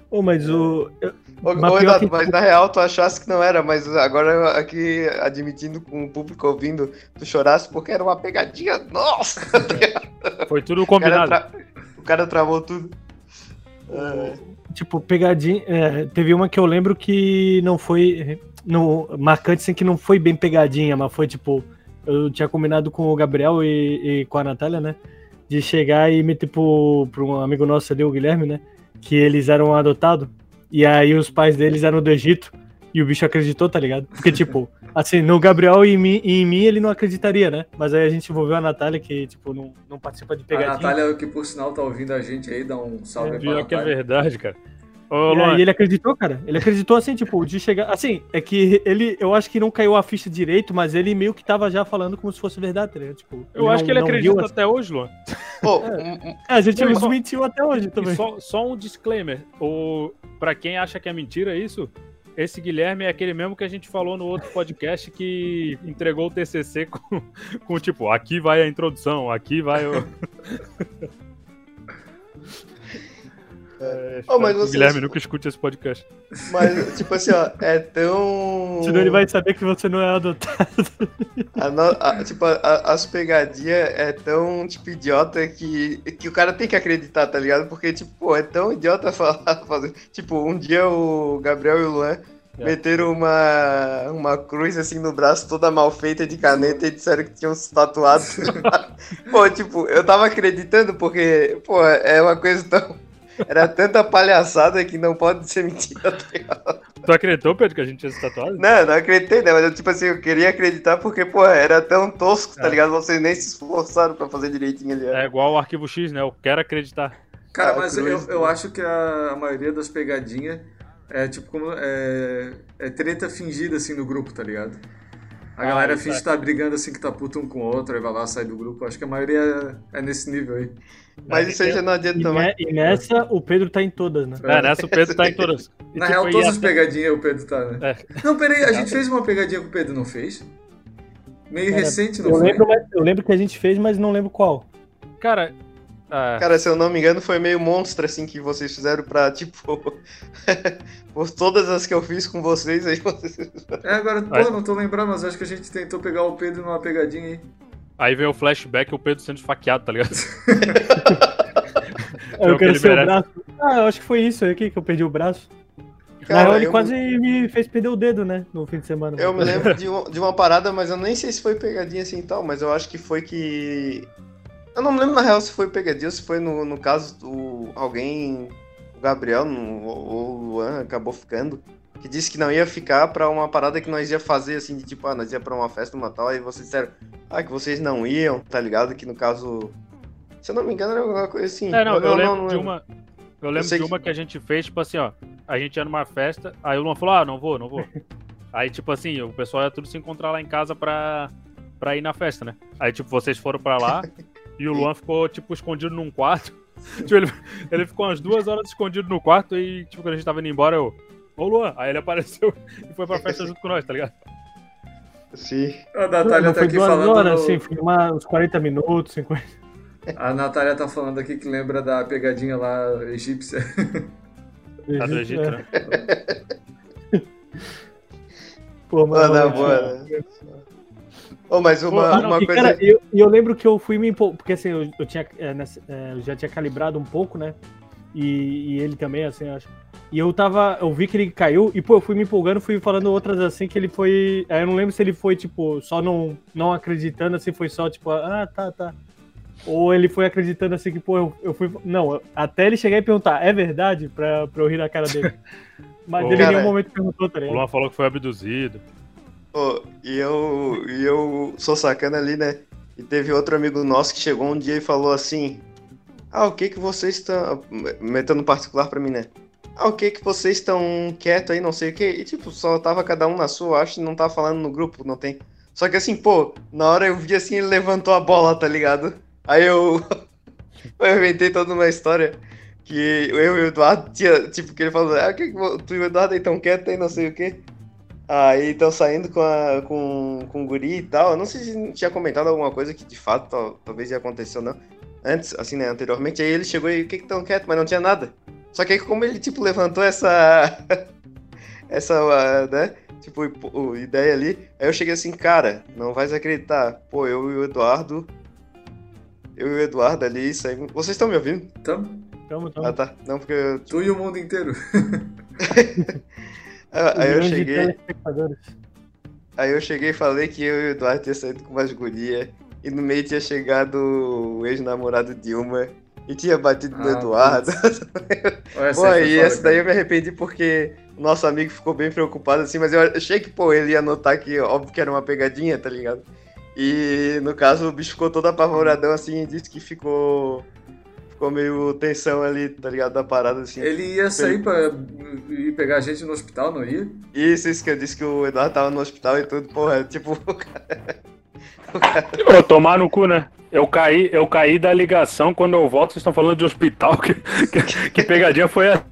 Ô, mas o. eu- Ô, mas ô pior Eduardo, que, mas tipo, na real tu achasse que não era, mas agora aqui admitindo com o público ouvindo, tu chorasse porque era uma pegadinha. Nossa! Foi tudo O cara, combinado. tra- o cara travou tudo. É. tipo, pegadinha. é, teve uma que eu lembro que não foi. No, marcante, assim, que não foi bem pegadinha, mas foi tipo. Eu tinha combinado com o Gabriel e, e com a Natália, né? De chegar e meter pro, pro um amigo nosso ali, o Guilherme, né? Que eles eram adotados. E aí os pais deles eram do Egito. E o bicho acreditou, tá ligado? Porque, tipo, assim, no Gabriel e em mim, e em mim ele não acreditaria, né? Mas aí a gente envolveu a Natália, que, tipo, não, não participa de A pegadinha. Natália, que por sinal tá ouvindo a gente aí, dá um salve aí pra Pior que é Natália. verdade, cara. Ô, E Luan, aí ele acreditou, cara. Ele acreditou assim, tipo, de chegar. Assim, é que ele. Eu acho que não caiu a ficha direito, mas ele meio que tava já falando como se fosse verdade, tá ligado? Tipo, eu acho não- que ele não acredita viu, até hoje, Luan. Pô, um- um- É, a gente Não, e não só- mentiu até hoje E também. só, só um disclaimer. O, pra quem acha que é mentira isso, esse Guilherme é aquele mesmo que a gente falou no outro podcast que entregou o T C C com, com tipo, aqui vai a introdução, aqui vai o... É, Ô, mas espero que o vocês- Guilherme nunca escute esse podcast. mas, tipo assim, ó, é tão. Senão ele vai saber que você não é adotado. A no- a- tipo, a- a- as pegadinhas é tão, tipo, idiota que, que o cara tem que acreditar, tá ligado? Porque, tipo, pô, é tão idiota falar, fazer. Tipo, um dia o Gabriel e o Luan É. meteram uma, uma cruz, assim, no braço, toda mal feita de caneta e disseram que tinham se tatuado. Pô, tipo, eu tava acreditando porque, pô, é uma coisa tão... Era tanta palhaçada que não pode ser mentira, tá ligado? Tu acreditou, Pedro, que a gente tinha se tatuado? Não, não acreditei, né? Mas eu, tipo assim, eu queria acreditar porque, pô, era tão tosco, tá É. ligado? Vocês nem se esforçaram pra fazer direitinho ali. É igual o Arquivo X, né? Eu quero acreditar. Cara, Ah, mas eu, cruz, eu né? acho que a, a maioria das pegadinhas é tipo como. É, é treta fingida assim no grupo, tá ligado? A Ah, galera isso finge é. estar brigando assim que tá puto um com o outro, aí vai lá, sai do grupo. Acho que a maioria é, é nesse nível aí. Mas isso aí já não adianta E, também. ne- e nessa, o Pedro tá em todas, né? É, nessa o Pedro tá em todas. E, Na tipo, real, e todas as até- pegadinhas o Pedro tá, né? É. Não, peraí, a gente fez uma pegadinha que o Pedro não fez? Meio Cara, recente, não Eu foi? lembro, mas- eu lembro que a gente fez, mas não lembro qual. Cara, ah, Cara, se eu não me engano, foi meio monstro, assim, que vocês fizeram pra, tipo... por todas as que eu fiz com vocês, aí vocês... É, agora, Aí- pô, não tô lembrando, mas acho que a gente tentou pegar o Pedro numa pegadinha aí. aí vem o flashback, o Pedro sendo esfaqueado, tá ligado? Eu o que quero ele ser o merece. braço. Ah, eu acho que foi isso aqui que eu perdi o braço. Na Cara, real, ele eu- quase me fez perder o dedo, né? No fim de semana. Eu me lembro de, um- de uma parada, mas eu nem sei se foi pegadinha assim e tal, mas eu acho que foi que... Eu não me lembro na real se foi pegadinha ou se foi no, no caso do alguém, o Gabriel no- ou o Luan acabou ficando, que disse que não ia ficar pra uma parada que nós ia fazer, assim, de tipo, ah, nós ia pra uma festa, uma tal, aí vocês disseram, ah, que vocês não iam, tá ligado? Que no caso, se eu não me engano era alguma coisa assim. É, não, eu lembro não de lembro. uma. Eu lembro sei de que- uma que a gente fez, tipo assim, ó. A gente ia numa festa, aí o Luan falou, ah, não vou, não vou. Aí, tipo assim, o pessoal ia tudo se encontrar lá em casa pra, pra ir na festa, né? Aí, tipo, vocês foram pra lá e o Luan ficou, tipo, escondido num quarto. Tipo, ele, ele ficou umas duas horas escondido no quarto e, tipo, quando a gente tava indo embora, eu. Ô, Luan! Aí ele apareceu e foi pra festa junto com nós, tá ligado? Sim. A Natália não tá foi aqui duas falando. horas, no- assim, foi uma- uns quarenta minutos, cinquenta. A Natália tá falando aqui que lembra da pegadinha lá egípcia. Tá do Egito, É. né? Pô, Boa, mano, na eu- boa, né? Ô, mas uma, Ah, não, uma e, coisa... cara, eu, e eu lembro que eu fui me empolgar, porque assim, eu, eu tinha, é, nessa- é, eu já tinha calibrado um pouco, né? E, e ele também, assim, eu acho. E eu tava, eu vi que ele caiu, e pô, eu fui me empolgando, fui falando outras assim, que ele foi. é, Eu não lembro se ele foi, tipo, só não, não acreditando, assim, foi só, tipo, ah, tá, tá. Ou ele foi acreditando assim que, pô, eu, eu fui. Não, eu- até ele chegar e perguntar, é verdade? Pra, pra eu rir na cara dele. Mas Ô, ele em cara, nenhum momento perguntou, tá O ligado? Luan falou que foi abduzido. Ô, e eu, e eu sou sacana ali, né? E teve outro amigo nosso que chegou um dia e falou assim: ah, o que que vocês estão. Metendo particular pra mim, né? Ah, o que que vocês estão quietos aí, não sei o que. E tipo, só tava cada um na sua, acho que não tava falando no grupo, não tem. Só que assim, pô, na hora eu vi assim, ele levantou a bola, tá ligado? Aí eu. eu inventei toda uma história. Que eu e o Eduardo tinha, tipo, que ele falou, ah, o que que vo- tu e o Eduardo aí tão quietos aí, não sei o que. Aí estão saindo com, a, com, com o guri e tal. Eu não sei se tinha comentado alguma coisa que de fato tal- talvez ia acontecer ou não. antes, assim, né, anteriormente, aí ele chegou e, o que que tão quieto? Mas não tinha nada. Só que aí, como ele, tipo, levantou essa, essa, uh, né, tipo, o- ideia ali, aí eu cheguei assim, cara, não vais acreditar, pô, eu e o Eduardo, eu e o Eduardo ali, saímos... Vocês estão me ouvindo? Então, Tamo, tamo. Ah, tá, não, porque eu... tu e o mundo inteiro. Ah, aí eu Milhões de cheguei... telespectadores. Aí eu cheguei e falei que eu e o Eduardo tinha saído com umas gurias e no meio tinha chegado o ex-namorado Dilma e tinha batido no Ah, Eduardo. Olha, Pô, essa aí foi e foda, essa daí cara. eu me arrependi porque o nosso amigo ficou bem preocupado assim, mas eu achei que, pô, ele ia notar que óbvio que era uma pegadinha, tá ligado? E no caso o bicho ficou todo apavoradão assim e disse que ficou. Ficou meio tensão ali, tá ligado? Da parada assim. Ele ia sair pra ir pegar a gente no hospital, não ia? Isso, isso que eu disse que o Eduardo tava no hospital e tudo, porra, tipo. Ô, tomar no cu, né? Eu caí, eu caí da ligação quando eu volto, vocês estão falando de hospital. Que, que, que pegadinha foi essa?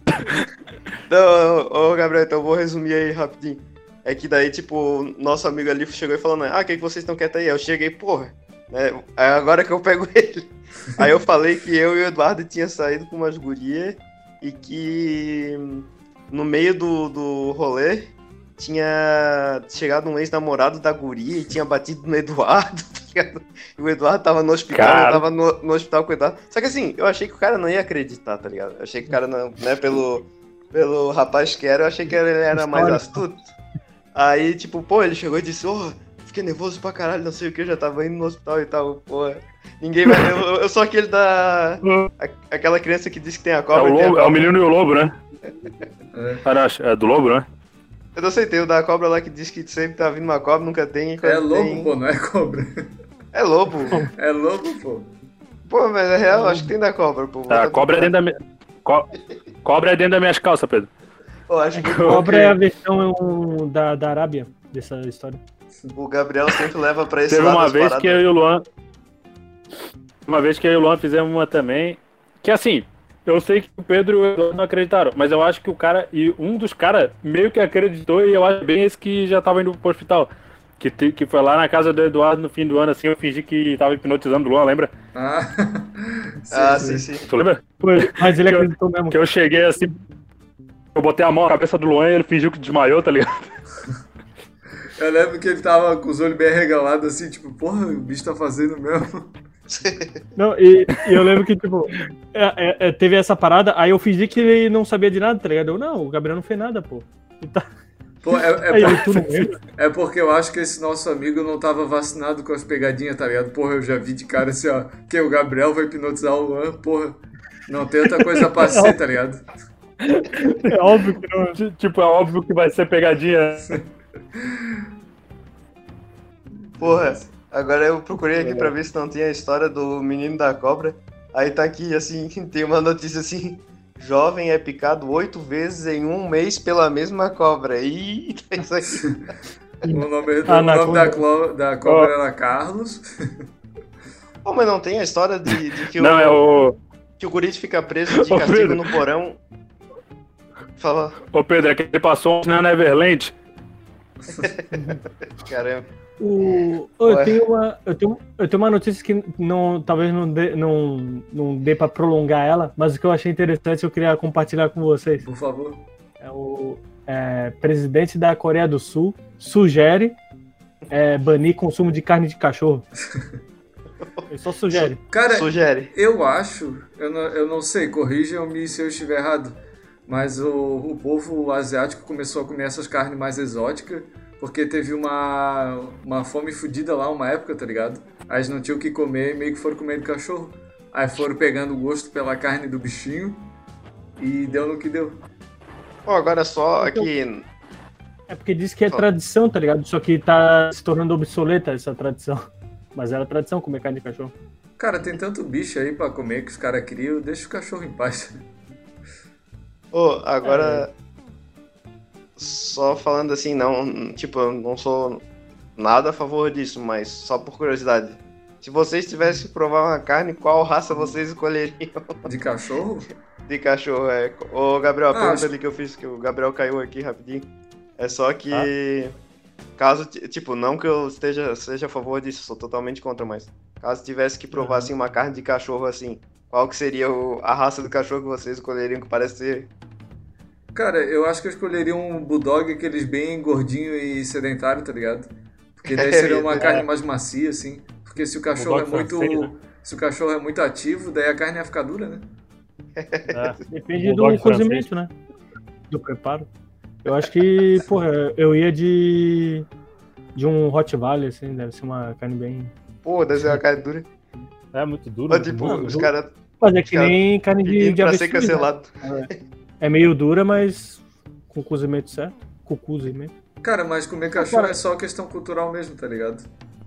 Não, ô Gabriel, então eu vou resumir aí rapidinho. É que daí, tipo, nosso amigo ali chegou e falou, né, ah, o que, que vocês estão quietos aí? Eu cheguei, porra, né? Aí agora que eu pego ele. Aí eu falei que eu e o Eduardo tinha saído com umas gurias e que no meio do, do rolê tinha chegado um ex-namorado da guria e tinha batido no Eduardo, tá ligado? E o Eduardo tava no hospital, Cara. eu tava no, no hospital com o Eduardo. Só que assim, eu achei que o cara não ia acreditar, tá ligado? Eu achei que o cara não, né, pelo, pelo rapaz que era, eu achei que ele era mais Histórico. astuto. Aí, tipo, pô, ele chegou e disse, ô, fiquei nervoso pra caralho, não sei o que, eu já tava indo no hospital e tal, pô. Ninguém vai. Eu, eu sou aquele da. a- aquela criança que disse que tem a É cobra. o, e tem a lobo, é o cobra. menino e o lobo, né? É. Ah, não, é do lobo, né? Eu não sei, tem o da cobra lá que diz que sempre tá vindo uma cobra, nunca tem. e quando É lobo, tem- pô, não é cobra. É lobo. É lobo, pô. Pô, mas é real, acho que tem da cobra, pô. Vou Ah, até cobra é dentro procurar. da minha. Co... Cobra é dentro das minhas calças, Pedro. Pô, acho que Cobra é a versão um, da, da Arábia dessa história. o Gabriel sempre leva pra esse Teve lado uma as vez paradas. que eu e o Luan. Uma vez que eu e o Luan fizemos uma também. Que assim, eu sei que o Pedro e o Eduardo não acreditaram, mas eu acho que o cara. E um dos caras meio que acreditou, e eu acho bem esse que já tava indo pro hospital. Que, te- que foi lá na casa do Eduardo no fim do ano, assim, eu fingi que tava hipnotizando o Luan, lembra? Ah, Ah, sim, sim. Tu lembra? Foi, mas ele Que eu- acreditou mesmo. Que eu cheguei assim. Eu botei a mão na cabeça do Luan e ele fingiu que desmaiou, tá ligado? Eu lembro que ele tava com os olhos bem arregalados, assim, tipo, porra, o bicho tá fazendo mesmo. Não, e, e eu lembro que, tipo, é, é, é, teve essa parada, aí eu fingi que ele não sabia de nada, tá ligado? Eu, não, o Gabriel não fez nada, pô. E tá- Pô, é, é, Aí por- ele, tu não lembra? é porque eu acho que esse nosso amigo não tava vacinado com as pegadinhas, tá ligado? Porra, eu já vi de cara assim, ó, que o Gabriel vai hipnotizar o Luan, porra. Não tem outra coisa pra ser, tá ligado? É óbvio que não. Ti- Tipo, é óbvio que vai ser pegadinha. Porra, agora eu procurei aqui pra ver se não tinha a história do menino da cobra. Aí tá aqui, assim, tem uma notícia assim. Jovem é picado oito vezes em um mês pela mesma cobra. Ih, tá isso aqui. O nome, o Anaconda. nome da, clo- da cobra era Carlos. Pô, mas não tem a história de, de que, Não, o, é o. que o guri fica preso de Ô, castigo Pedro. no porão. Fala, Ô Pedro, é que ele passou na Neverland. caramba. O, eu, Ué. tenho uma, eu, tenho, eu tenho uma notícia que não, talvez não dê, não, não dê pra prolongar ela, mas o que eu achei interessante eu queria compartilhar com vocês. Por favor. É o é, presidente da Coreia do Sul sugere é, banir consumo de carne de cachorro. Ele só sugere. Cara, Sugere. eu acho, eu não, eu não sei, corrijam-me se eu estiver errado, mas o, o povo asiático começou a comer essas carnes mais exóticas porque teve uma, uma fome fodida lá uma época, tá ligado? Aí eles não tinham o que comer e meio que foram comer cachorro. Aí foram pegando gosto pela carne do bichinho e deu no que deu. Pô, agora só aqui. É porque diz que é tradição, tá ligado? Só que tá se tornando obsoleta essa tradição. Mas era tradição comer carne de cachorro. Cara, tem tanto bicho aí pra comer que os caras criam, deixa o cachorro em paz. Ô, agora. Só falando assim, não. Tipo, eu não sou nada a favor disso, mas só por curiosidade. Se vocês tivessem que provar uma carne, qual raça vocês escolheriam De cachorro? de cachorro? É... Ô, Gabriel, a Ah, pergunta acho- ali que eu fiz, que o Gabriel caiu aqui rapidinho. É só que. Caso, ti- tipo, não que eu esteja seja a favor disso, sou totalmente contra, mas. Caso tivesse que provar, assim, uma carne de cachorro, assim, qual que seria o, a raça do cachorro que vocês escolheriam, que parece ser... Cara, eu acho que eu escolheria um bulldog, aqueles bem gordinho e sedentário, tá ligado? Porque daí seria uma É. carne mais macia, assim. Porque se o cachorro é Bulldog muito... francês, né? Se o cachorro é muito ativo, daí a carne ia ficar dura, né? É. Depende Bulldog do cozimento, né? Do preparo. Eu acho que, porra, eu ia de. De um Rottweiler, assim, deve ser uma carne bem. Pô, deve ser uma carne dura. É muito duro. Ó, muito tipo, duro. os caras Mas é que Cara, nem carne de, pedindo de pra ser avestruz, né? cancelado. É meio dura, mas com cozimento certo. Com cozimento. Cara, mas comer cachorro Cara- é só questão cultural mesmo, tá ligado?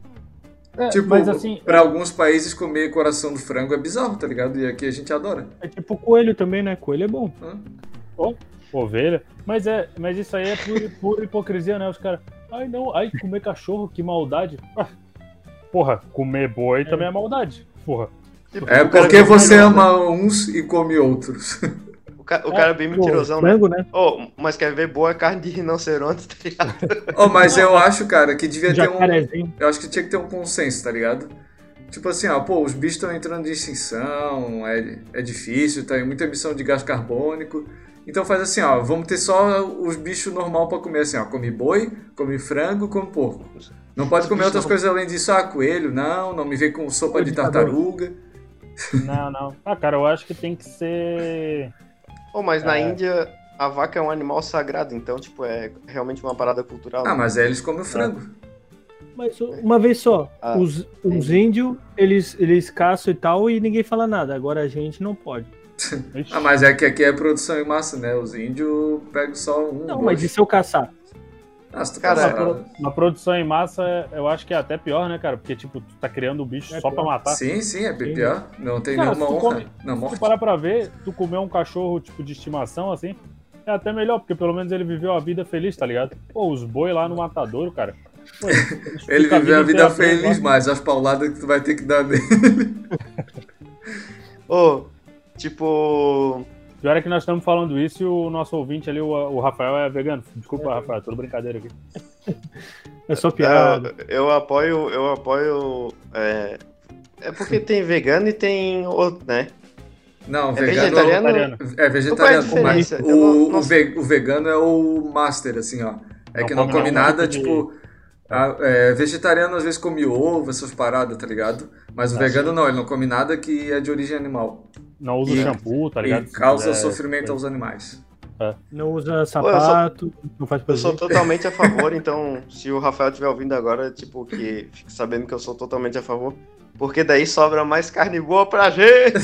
É, Tipo, mas assim, pra alguns países comer coração do frango é bizarro, tá ligado? E aqui a gente adora. É tipo coelho também, né? Coelho é bom. Hã? ovelha. Mas, é, mas isso aí é pura, pura hipocrisia, né? Os caras. Ai não, ai, comer cachorro, que maldade. Ah, porra, comer boi também é maldade. Porra. Tipo, É o cara porque bem você mentiroso, né? ama uns e come outros. O, ca- o cara é bem Pô, mentirosão, né? frango, né? Oh, mas quer ver boa carne de rinoceronte, tá ligado? Oh, mas eu acho, cara, que devia ter um. Jacarezinho. Eu acho que tinha que ter um consenso, tá ligado? Tipo assim, ó, pô, os bichos estão entrando em extinção, é, é difícil, tem muita emissão de gás carbônico. Então faz assim, ó, vamos ter só os bichos normal pra comer, assim, ó, come boi, come frango, come porco. Não pode Os comer bichos outras não- coisas além disso, ah, coelho, não, não me vem com sopa de tartaruga. Não, não. Ah, cara, eu acho que tem que ser. Oh, mas na É. Índia, a vaca é um animal sagrado, então, tipo, é realmente uma parada cultural. Ah, né? mas aí eles comem o frango. Mas uma vez só, Ah, os, os índios, eles, eles caçam e tal e ninguém fala nada. Agora a gente não pode. Ixi, Ah, mas é que aqui é produção em massa, né? Os índios pegam só um, Não, dois. mas e se eu caçar? Ah, se tu Cara, caçar- Uma, pro- uma produção em massa, eu acho que é até pior, né, cara? Porque, tipo, tu tá criando o bicho É só pior. pra matar. Sim, sim, é bem pior. Não tem Cara, nenhuma se tu honra come- na Se morte. tu parar pra ver, tu comer um cachorro, tipo, de estimação, assim, é até melhor, porque pelo menos ele viveu a vida feliz, tá ligado? Pô, os boi lá no matadouro, cara. Pô, eles Ele ficam viveu a vida inteira preso feliz, lá. mas as pauladas que tu vai ter que dar nele. Ô, tipo... Pior é que nós estamos falando isso e o nosso ouvinte ali, o, o Rafael, é vegano. Desculpa, Rafael, tudo brincadeira aqui. É só piada. Eu, eu apoio, eu apoio... É... é porque tem vegano e tem outro, né? Não, É vegano vegetariano? vegetariano. é vegetariano, Qual é a mas diferença? Eu não- o, o, nossa. ve- o vegano é o master, assim, ó. É Não que não come come nenhum nada, tipo de- tipo. a- é, vegetariano às vezes come ovo, essas paradas, tá ligado? Mas o Ah, vegano sim. não, ele não come nada que é de origem animal. Não usa E- shampoo, tá ligado? E Se causa quiser- sofrimento aos animais. Não usa sapato, não faz Eu sou presente. totalmente a favor, então, se o Rafael estiver ouvindo agora, tipo, que fique sabendo que eu sou totalmente a favor. Porque daí sobra mais carne boa pra gente!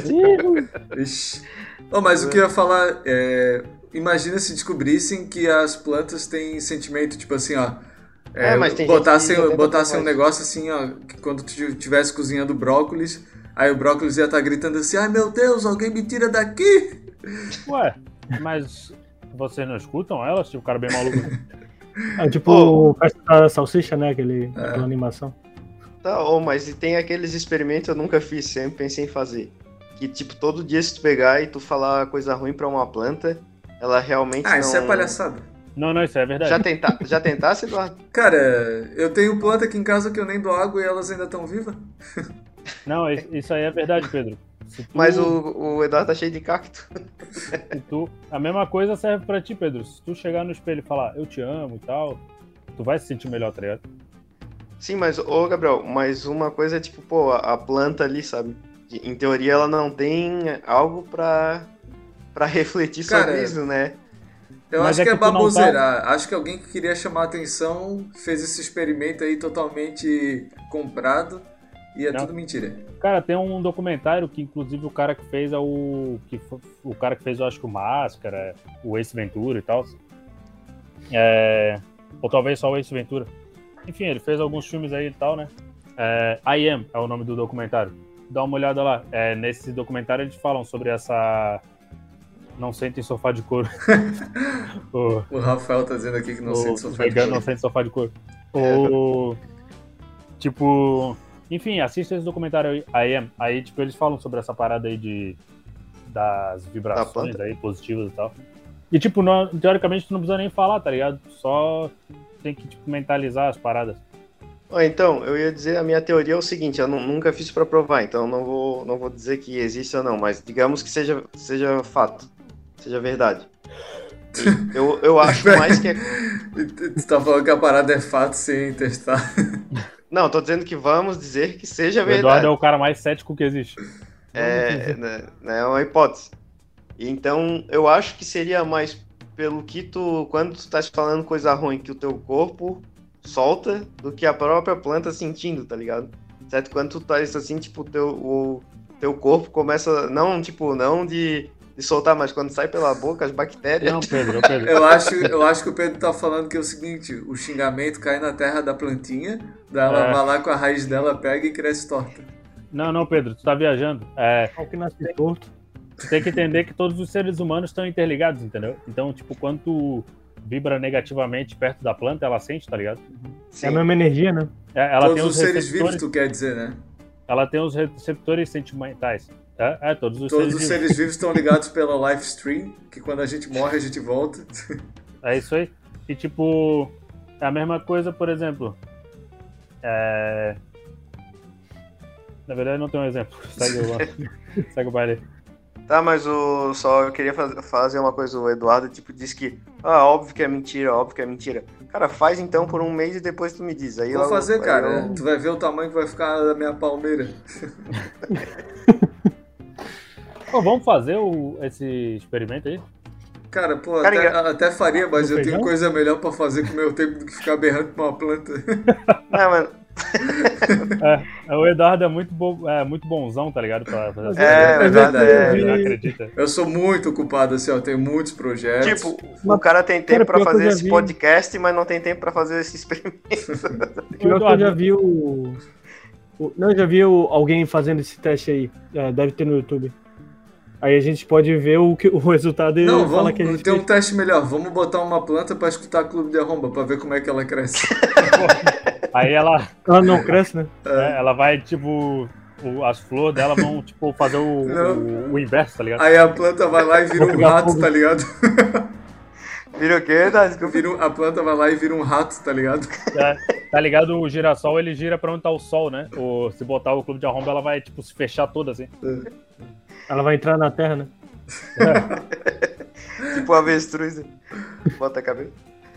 Ixi. Oh, mas o que eu ia falar é. Imagina se descobrissem que as plantas têm sentimento, tipo assim, ó. É, mas tem gente botassem, que já tenta botassem um fazer. negócio assim, ó, que quando tu estivesse cozinhando brócolis, aí o brócolis ia estar gritando assim, ai meu Deus, alguém me tira daqui! Ué, mas vocês não escutam elas? Tipo, o cara bem maluco. É tipo Ô. o festa da salsicha, né? Aquele, Aquela animação. Tá, ô, mas e tem aqueles experimentos que eu nunca fiz, sempre pensei em fazer. Que, tipo, todo dia se tu pegar e tu falar coisa ruim pra uma planta, ela realmente Ah, não... isso é palhaçada. Não, não, isso é verdade. Já, tenta... Já tentasse, Eduardo? Cara, eu tenho planta aqui em casa que eu nem dou água e elas ainda estão vivas. Não, isso isso aí é verdade, Pedro. Se tu, Mas o, o Eduardo tá cheio de cacto. se tu- a mesma coisa serve pra ti, Pedro. Se tu chegar no espelho e falar, eu te amo e tal, tu vai se sentir melhor, tá ligado? Sim, mas, ô Gabriel, mas uma coisa é tipo, pô, a, a planta ali, sabe? Que, em teoria ela não tem algo pra, pra refletir Cara, sobre isso, né? Eu Mas acho é que é que tu não tá- baboseira. Acho que alguém que queria chamar a atenção fez esse experimento aí totalmente comprado e é Não. tudo mentira. Cara, tem um documentário que inclusive o cara que fez é o. Que, fo- o cara que fez, eu acho que o Máscara, o Ace Ventura e tal. É, ou talvez só o Ace Ventura. Enfim, ele fez alguns filmes aí e tal, né? É, I Am é o nome do documentário. Dá uma olhada lá. É, nesse documentário eles falam sobre essa. Não senta em sofá de couro. o, O Rafael tá dizendo aqui que não o sente sofá de vegano couro. não sente sofá de couro. Ou. Tipo. Enfim, assista esse documentário aí, I Am. Aí, tipo, eles falam sobre essa parada aí de. Das vibrações planta. aí, positivas e tal. E, tipo, não- teoricamente tu não precisa nem falar, tá ligado? Tu só tem que, tipo, mentalizar as paradas. Ó, então, eu ia dizer, a minha teoria é o seguinte, eu nu- nunca fiz pra provar, então não vou, não vou dizer que existe ou não, mas digamos que seja, seja fato, seja verdade. E Eu, eu acho mais que é... Tu tá falando que a parada é fato sem testar. Não, tô dizendo que vamos dizer que seja O Eduardo verdade. é o cara mais cético que existe. É, né, né, é uma hipótese. Então, eu acho que seria mais pelo que tu, quando tu tá falando coisa ruim, que o teu corpo solta, do que a própria planta sentindo, tá ligado? Certo? Quando tu tá isso assim, tipo, teu, o teu corpo começa, não, tipo, não de, de soltar, mas quando sai pela boca, as bactérias... Não, Pedro, Pedro. Eu acho, eu acho que o Pedro tá falando que é o seguinte, o xingamento cai na terra da plantinha, daí ela É. vai lá com a raiz dela, pega e cresce torta. Não, não, Pedro, tu tá viajando. É, Qual que nasce torto? tu tem que entender que todos os seres humanos estão interligados, entendeu? Então, tipo, quando tu vibra negativamente perto da planta, ela sente, tá ligado? É a mesma energia, né? É, Ela Todos tem os os seres vivos, receptores, tu quer dizer, né? ela tem os receptores sentimentais. É, é todos os Todos seres os vivos. seres vivos estão ligados pela live stream, que quando a gente morre a gente volta. É isso aí. E tipo, é a mesma coisa, por exemplo. É... Na verdade, não tem um exemplo. Segue o, Segue o baile. Tá, mas o só eu queria faz- fazer uma coisa, o Eduardo tipo disse que, ah, óbvio que é mentira, óbvio que é mentira. Cara, faz então por um mês e depois tu me diz. Aí Vou eu- fazer, aí cara. eu- Tu vai ver o tamanho que vai ficar da minha palmeira. Pô, vamos fazer o, esse experimento aí? Cara, pô, Cara, até, engra- até faria, mas No eu tenho feijão? coisa melhor pra fazer com o meu tempo do que ficar berrando com uma planta. Não, mano, É, o Eduardo é muito, bo... é muito bonzão, tá ligado? Pra fazer essa É, coisa. verdade, é. Ele não acredita. Eu sou muito ocupado, assim, ó. Tenho muitos projetos. tipo, Mas, o cara tem cara, tempo pra pior que eu fazer já esse vi. podcast, mas não tem tempo pra fazer esse experimento. Pior que eu Eduardo. já vi o. o- Não, eu já vi o- alguém fazendo esse teste aí. É, deve ter no YouTube. Aí a gente pode ver o, que, o resultado e Não, fala vamos que a gente ter um fez. teste melhor. Vamos botar uma planta pra escutar Clube de Arromba, pra ver como é que ela cresce. Aí ela, Ela não cresce, né? é, ela vai, tipo, o- as flores dela vão, tipo, fazer o, o, o inverso, tá ligado? Aí a planta vai lá e vira um rato, tá ligado? Vira o quê? Tá, desculpa. Vira um- a planta vai lá e vira um rato, tá ligado? É, tá ligado? O girassol, ele gira pra onde tá o sol, né? O, se botar o clube de arromba, ela vai, tipo, se fechar toda, assim. Ela vai entrar na terra, né? Tipo um avestruz. né? Bota a cabeça.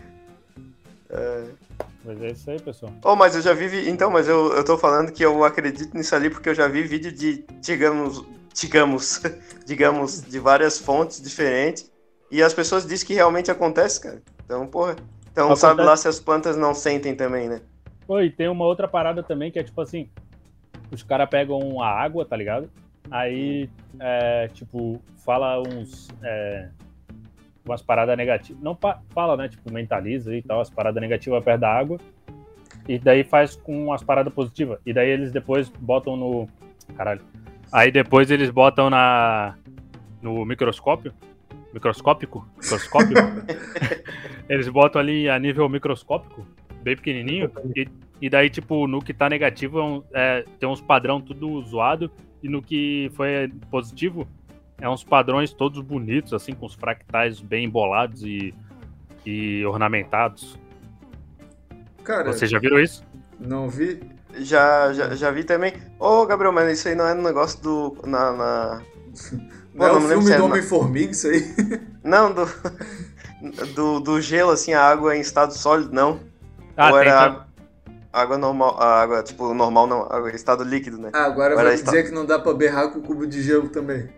Mas é isso aí, pessoal. Oh, mas eu já vi. vi- Então, mas eu, eu tô falando que eu acredito nisso ali porque eu já vi vídeo de, digamos, digamos, digamos, de várias fontes diferentes. E as pessoas dizem que realmente acontece, cara. Então, porra. Então, Acontece. sabe lá se as plantas não sentem também, né? Pô, e tem uma outra parada também que é tipo assim: os caras pegam a água, tá ligado? Aí, é, tipo, fala uns. É, umas paradas negativas. Não pa- fala, né? Tipo, mentaliza e tal, as paradas negativas perto da água. E daí faz com as paradas positivas. E daí eles depois botam no. Caralho. Aí depois eles botam na. No microscópio. Microscópico? Microscópio? Eles botam ali a nível microscópico, bem pequenininho. E, e daí, tipo, no que tá negativo é um- é, tem uns padrão tudo zoado. E no que foi positivo, é uns padrões todos bonitos, assim, com os fractais bem embolados e, e ornamentados. Cara, Vocês já viram isso? não vi. Já, já, já vi também. Ô, Gabriel, mas isso aí não é no negócio do. Na. na... Não é Pô, o não me lembro filme se é do na- Homem-Formiga, isso aí? Não, do, do. Do gelo, assim, a água em estado sólido, não. Ah, Ou tem. era tam- água, água normal. A água, tipo, normal não, água em estado líquido, né? Ah, agora Agora vai está. dizer que não dá pra berrar com o cubo de gelo também.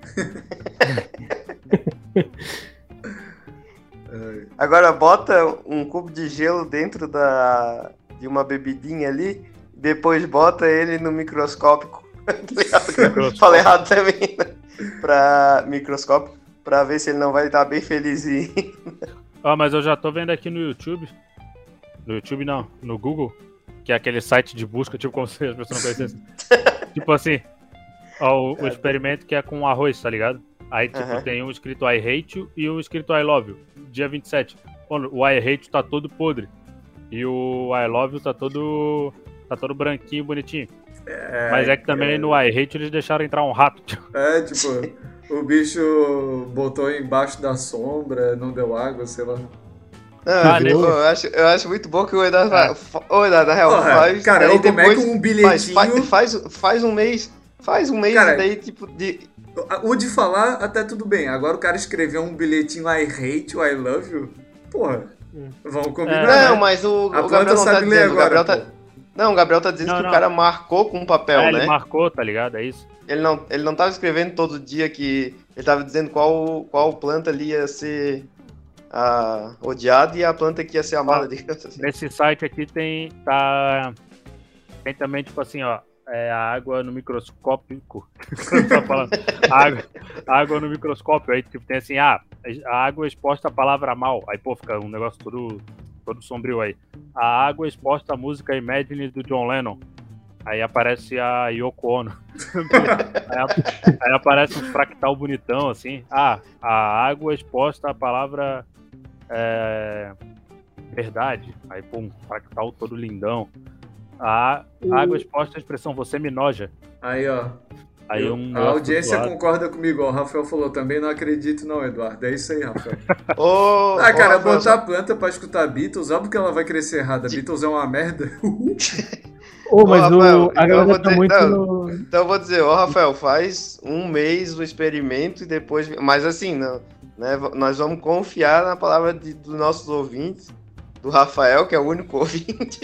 Ai, Agora bota um cubo de gelo dentro da de uma bebidinha ali, depois bota ele no microscópico. Tá ligado? Microscópio. Falei errado também, né? Pra microscópio, pra ver se ele não vai estar bem feliz e... Ó, mas eu já tô vendo aqui no YouTube. No YouTube não, no Google, que é aquele site de busca, tipo como se as pessoas não conhecessem. Tipo assim, ó, o, o experimento que é com arroz, tá ligado? Aí, tipo, Aham. tem um escrito I hate you e um escrito I love you. Dia vinte e sete. Pô, o I hate you tá todo podre. E o I love you tá todo. tá todo branquinho, bonitinho. Mas é que também no I hate you eles deixaram entrar um rato. Tipo. É, tipo, o bicho botou embaixo da sombra, não deu água, sei lá. Não, Ah, eu, eu acho, eu acho muito bom que o Eduardo É. vai. Ô, Eduardo, na real, Porra, faz. cara, daí eu como é que um faz, bilhetinho- faz, faz, faz um mês. Faz um mês Cara, e daí, tipo, de. O de falar, até tudo bem. Agora o cara escreveu um bilhetinho I hate you, I love you. Porra, vamos combinar. Não, né? mas o, A o planta Gabriel não tá sabe ler dizendo. O Gabriel agora, tá. Não, o Gabriel tá dizendo Não, que não. o cara marcou com papel, É, né? ele marcou, tá ligado? É isso. Ele não, ele não tava escrevendo todo dia que. Ele tava dizendo qual, qual planta ali ia ser a odiada e a planta que ia ser amada, digamos assim. Nesse site aqui tem. Tá. Tem também, tipo assim, ó. É a água no microscópico. Eu tô falando. Água, água no microscópio. Aí tipo, tem assim, ah, a água exposta à palavra mal. Aí, pô, fica um negócio todo, todo sombrio aí. A água exposta à música Imagine do John Lennon. Aí aparece a Yoko Ono. aí, aí aparece um fractal bonitão, assim. Ah, a água exposta à palavra é, verdade. Aí, pô, um fractal todo lindão. A água exposta à expressão você me noja. Aí, ó. Aí Eu- um a negócio audiência zoado. concorda comigo, ó. O Rafael falou também, não acredito não, Eduardo. É isso aí, Rafael. Ô, Ah, ô, cara, Rafael, botar a planta pra escutar Beatles, óbvio que ela vai crescer errada. Beatles é uma merda. Ô, mas Ô, o, Rafael, a então eu galera vou tá ter- muito não. no... Então eu vou dizer, ó, Rafael, faz um mês o experimento e depois. Mas assim, não, né? Nós vamos confiar na palavra de- dos nossos ouvintes, do Rafael, que é o único ouvinte.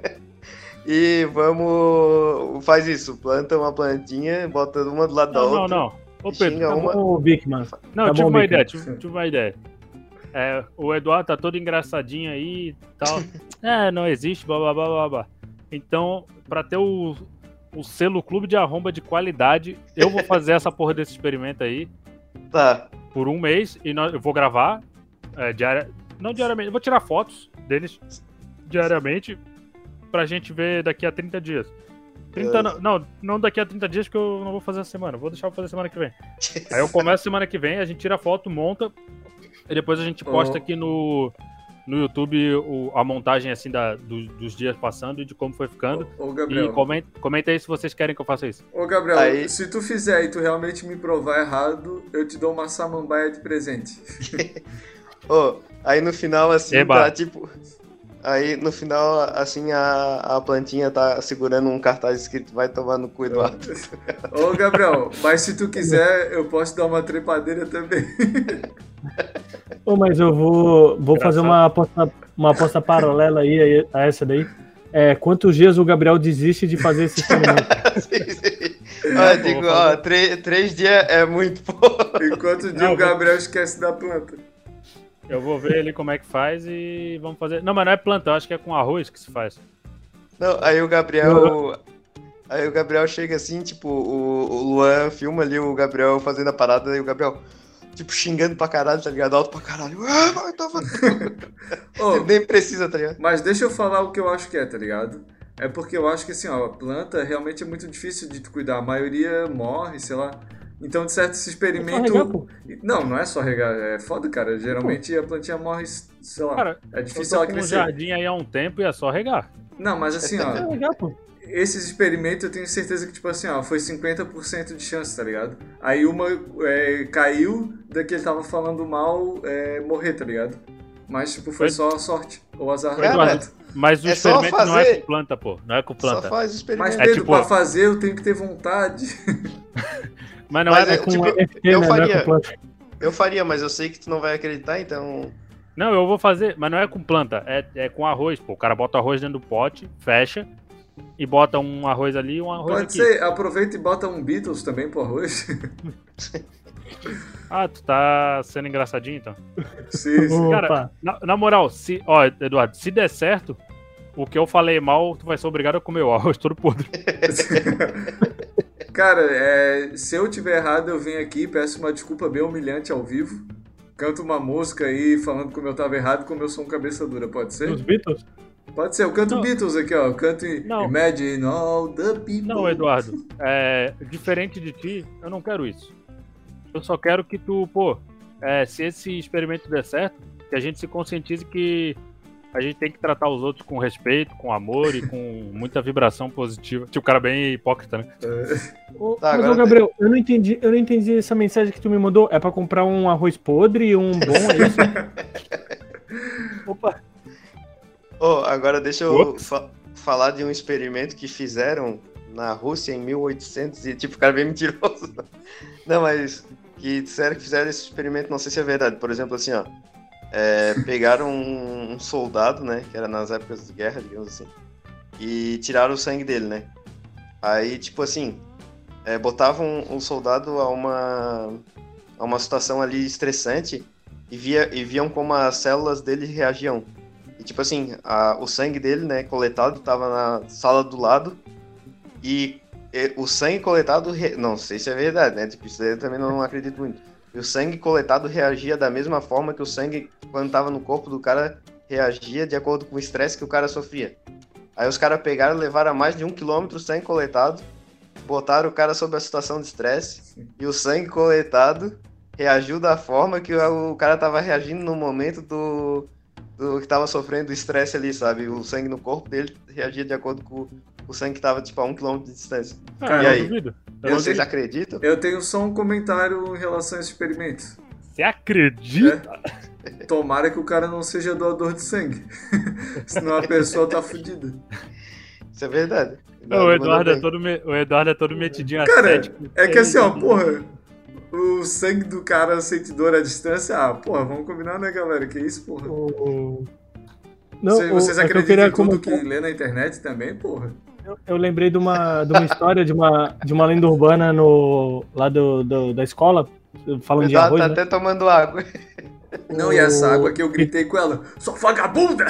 E vamos. Faz isso, planta uma plantinha, bota uma do lado da Não, não, outra. não. Ô, Pedro, Xinga tá uma. bom. Ô, Bigman. Não, Tá tive bom, uma Bica. ideia, tive, tive uma ideia. É, o Eduardo tá todo engraçadinho aí e tal. É, não existe, blá blá blá blá blá. Então, pra ter o, o selo Clube de Arromba de qualidade, eu vou fazer essa porra desse experimento aí Tá. por um mês e nós, eu vou gravar é, diária, não diariamente, eu vou tirar fotos deles diariamente pra gente ver daqui a trinta dias. trinta, não, não, não daqui a trinta dias, porque eu não vou fazer essa semana. Vou deixar pra fazer semana que vem. Aí eu começo semana que vem, a gente tira a foto, monta, e depois a gente posta Oh. aqui no, no YouTube o- a montagem assim da, do- dos dias passando e de como foi ficando. Ô, E Gabriel. comenta, comenta aí se vocês querem que eu faça isso. Ô, Gabriel, Aí- se tu fizer e tu realmente me provar errado, eu te dou uma samambaia de presente. Ô, aí no final, assim, Eba. tá tipo. Aí no final, assim, a, a plantinha tá segurando um cartaz escrito vai tomar no cu, Eduardo. Ô, Gabriel, mas se tu quiser, eu posso dar uma trepadeira também. Ô, mas eu vou, vou fazer Engraçado. uma aposta, uma aposta paralela aí a essa daí. É, quantos dias o Gabriel desiste de fazer esse experimento? Sim, sim. Ó, eu digo, ó, três, três dias é muito pouco. Enquanto o dia Não, o Gabriel esquece da planta. Eu vou ver ali como é que faz e vamos fazer. Não, mas não é planta, eu acho que é com arroz que se faz. Não, aí o Gabriel. Aí o Gabriel chega assim, tipo, o, o Luan filma ali o Gabriel fazendo a parada e o Gabriel, tipo, xingando pra caralho, tá ligado? Alto pra caralho. Ah, vai, tá Ô, Nem precisa, tá ligado? mas deixa eu falar o que eu acho que é, tá ligado? É porque eu acho que assim, ó, a planta realmente é muito difícil de tu cuidar. A maioria morre, sei lá. Então, de certo, esse experimento. regar, pô. Não, não é só regar, é foda, cara. Geralmente a plantinha morre, sei lá. Cara, é eu difícil tô ela com um crescer. jardim aí há um tempo e é só regar. Não, mas assim, ó. É legal, pô. Esses experimentos eu tenho certeza que, tipo assim, ó, foi cinquenta por cento de chance, tá ligado? Aí uma é, caiu, da que ele tava falando mal, é, morrer, tá ligado? Mas, tipo, foi Foi- só sorte, ou azar. Foi, da Eduardo. planta. Mas o É só experimento não é fazer- com planta, pô. Não é com Só planta. faz o experimento. Mas, É Pedro, tipo- pra fazer eu tenho que ter vontade. Mas não Mas é é- com... tipo, F T, eu né? Não é faria. com planta. Eu faria, mas eu sei que tu não vai acreditar, então. Não, eu vou fazer, mas não é com planta, é, é com arroz, pô. O cara bota arroz dentro do pote, fecha e bota um arroz ali e um arroz Pode aqui. ser, aproveita e bota um Beatles também pro arroz. Ah, tu tá sendo engraçadinho então. Sim, sim. Cara, Opa. Na, na moral, se, ó, Eduardo, se der certo, o que eu falei mal, tu vai ser obrigado a comer o arroz todo podre. Cara, é, se eu tiver errado, eu venho aqui, peço uma desculpa bem humilhante ao vivo. Canto uma música aí falando como eu tava errado, como eu sou um cabeça dura, pode ser? Os Beatles? Pode ser, eu canto Não. Beatles aqui, ó. Eu canto Não. Imagine all the people. Não, Eduardo, é, diferente de ti, eu não quero isso. Eu só quero que tu, pô, é, se esse experimento der certo, que a gente se conscientize que a gente tem que tratar os outros com respeito, com amor e com muita vibração positiva. Tipo, o cara bem hipócrita, né? Ô, Tá, mas, agora ô, Gabriel, eu não entendi, eu não entendi essa mensagem que tu me mandou. É pra comprar um arroz podre e um bom, é isso? Opa! Oh, agora deixa eu Ops. fa- falar de um experimento que fizeram na Rússia em mil e oitocentos e, tipo, o cara é bem mentiroso. Não, mas que disseram que fizeram esse experimento, não sei se é verdade. Por exemplo, assim, ó, é, pegaram um, um soldado, né, que era nas épocas de guerra, digamos assim, e tiraram o sangue dele, né. Aí, tipo assim, é, botavam o soldado a uma, a uma situação ali estressante e, via, e viam como as células dele reagiam. E, tipo assim, a, o sangue dele, né, coletado, tava na sala do lado e, e o sangue coletado, re... não sei se é verdade, né, tipo, isso aí eu também não acredito muito. E o sangue coletado reagia da mesma forma que o sangue, quando tava no corpo do cara, reagia de acordo com o estresse que o cara sofria. Aí os caras pegaram, levaram a mais de um quilômetro o sangue coletado, botaram o cara sob a situação de estresse e o sangue coletado reagiu da forma que o, o cara tava reagindo no momento do... do que tava sofrendo estresse ali, sabe? O sangue no corpo dele reagia de acordo com o sangue que tava, tipo, a um quilômetro de distância. Ah, Cara, eu e não aí? duvido. Eu não Vocês duvido. acreditam? Eu tenho só um comentário em relação a esse experimento. Você acredita? Tomara que o cara não seja doador de sangue. Senão a pessoa tá fudida. Isso é verdade. Não, o, Eduardo é Mandou bem. todo me- o Eduardo é todo metidinho Cara, ascético. é que assim, ó, porra, o sangue do cara sente dor à distância, ah, porra, vamos combinar, né, galera? Que isso, porra? O... Não, Vocês, o- vocês é que eu acreditam queria em tudo comentar- que lê na internet também, porra? Eu, eu lembrei de uma, de uma história de uma, de uma lenda urbana no, lá do, do- da escola, O falando de Eduardo arroz, tá né? até tomando água. Não, e essa água que eu gritei com ela, sua vagabunda!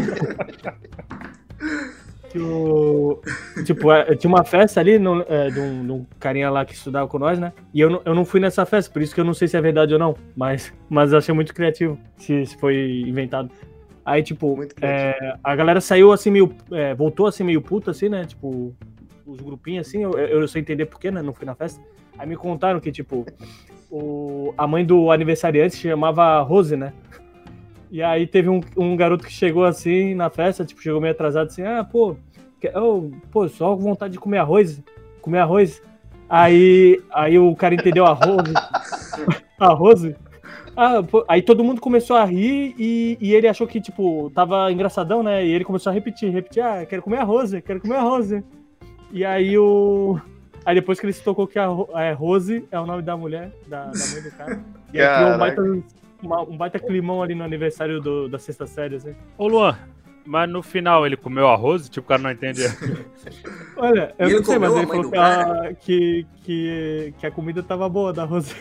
Que o, tipo, é, tinha uma festa ali no- é, de, um, de um carinha lá que estudava com nós, né? E eu, não- eu não fui nessa festa, por isso que eu não sei se é verdade ou não, mas, mas eu achei muito criativo, se, se foi inventado. Aí, tipo, Muito criativo. é, a galera saiu assim meio, é, voltou assim meio puta, assim, né? Tipo, os grupinhos assim, eu, eu sei entender porquê, né? Não fui na festa. Aí me contaram que, tipo, o, a mãe do aniversariante se chamava Rose, né? E aí teve um, um garoto que chegou assim na festa, tipo, chegou meio atrasado assim, ah, pô, que, oh, pô, só com vontade de comer arroz, comer arroz. Aí, aí o cara entendeu arroz, arroz. Ah, pô, aí todo mundo começou a rir e, e ele achou que, tipo, tava engraçadão, né? E ele começou a repetir, repetir, ah, quero comer arroz, quero comer arroz. E aí o... Aí depois que ele se tocou que a Ro- é, Rose é o nome da mulher, da, da mãe do cara. E aí criou um baita, uma- um baita climão ali no aniversário do, da sexta série, assim. Ô, Luan, mas no final ele comeu arroz? Tipo, o cara não entende. Olha, eu E ele não sei, mas comeu a ele mãe falou do que a, que, que, que a comida tava boa da Rose.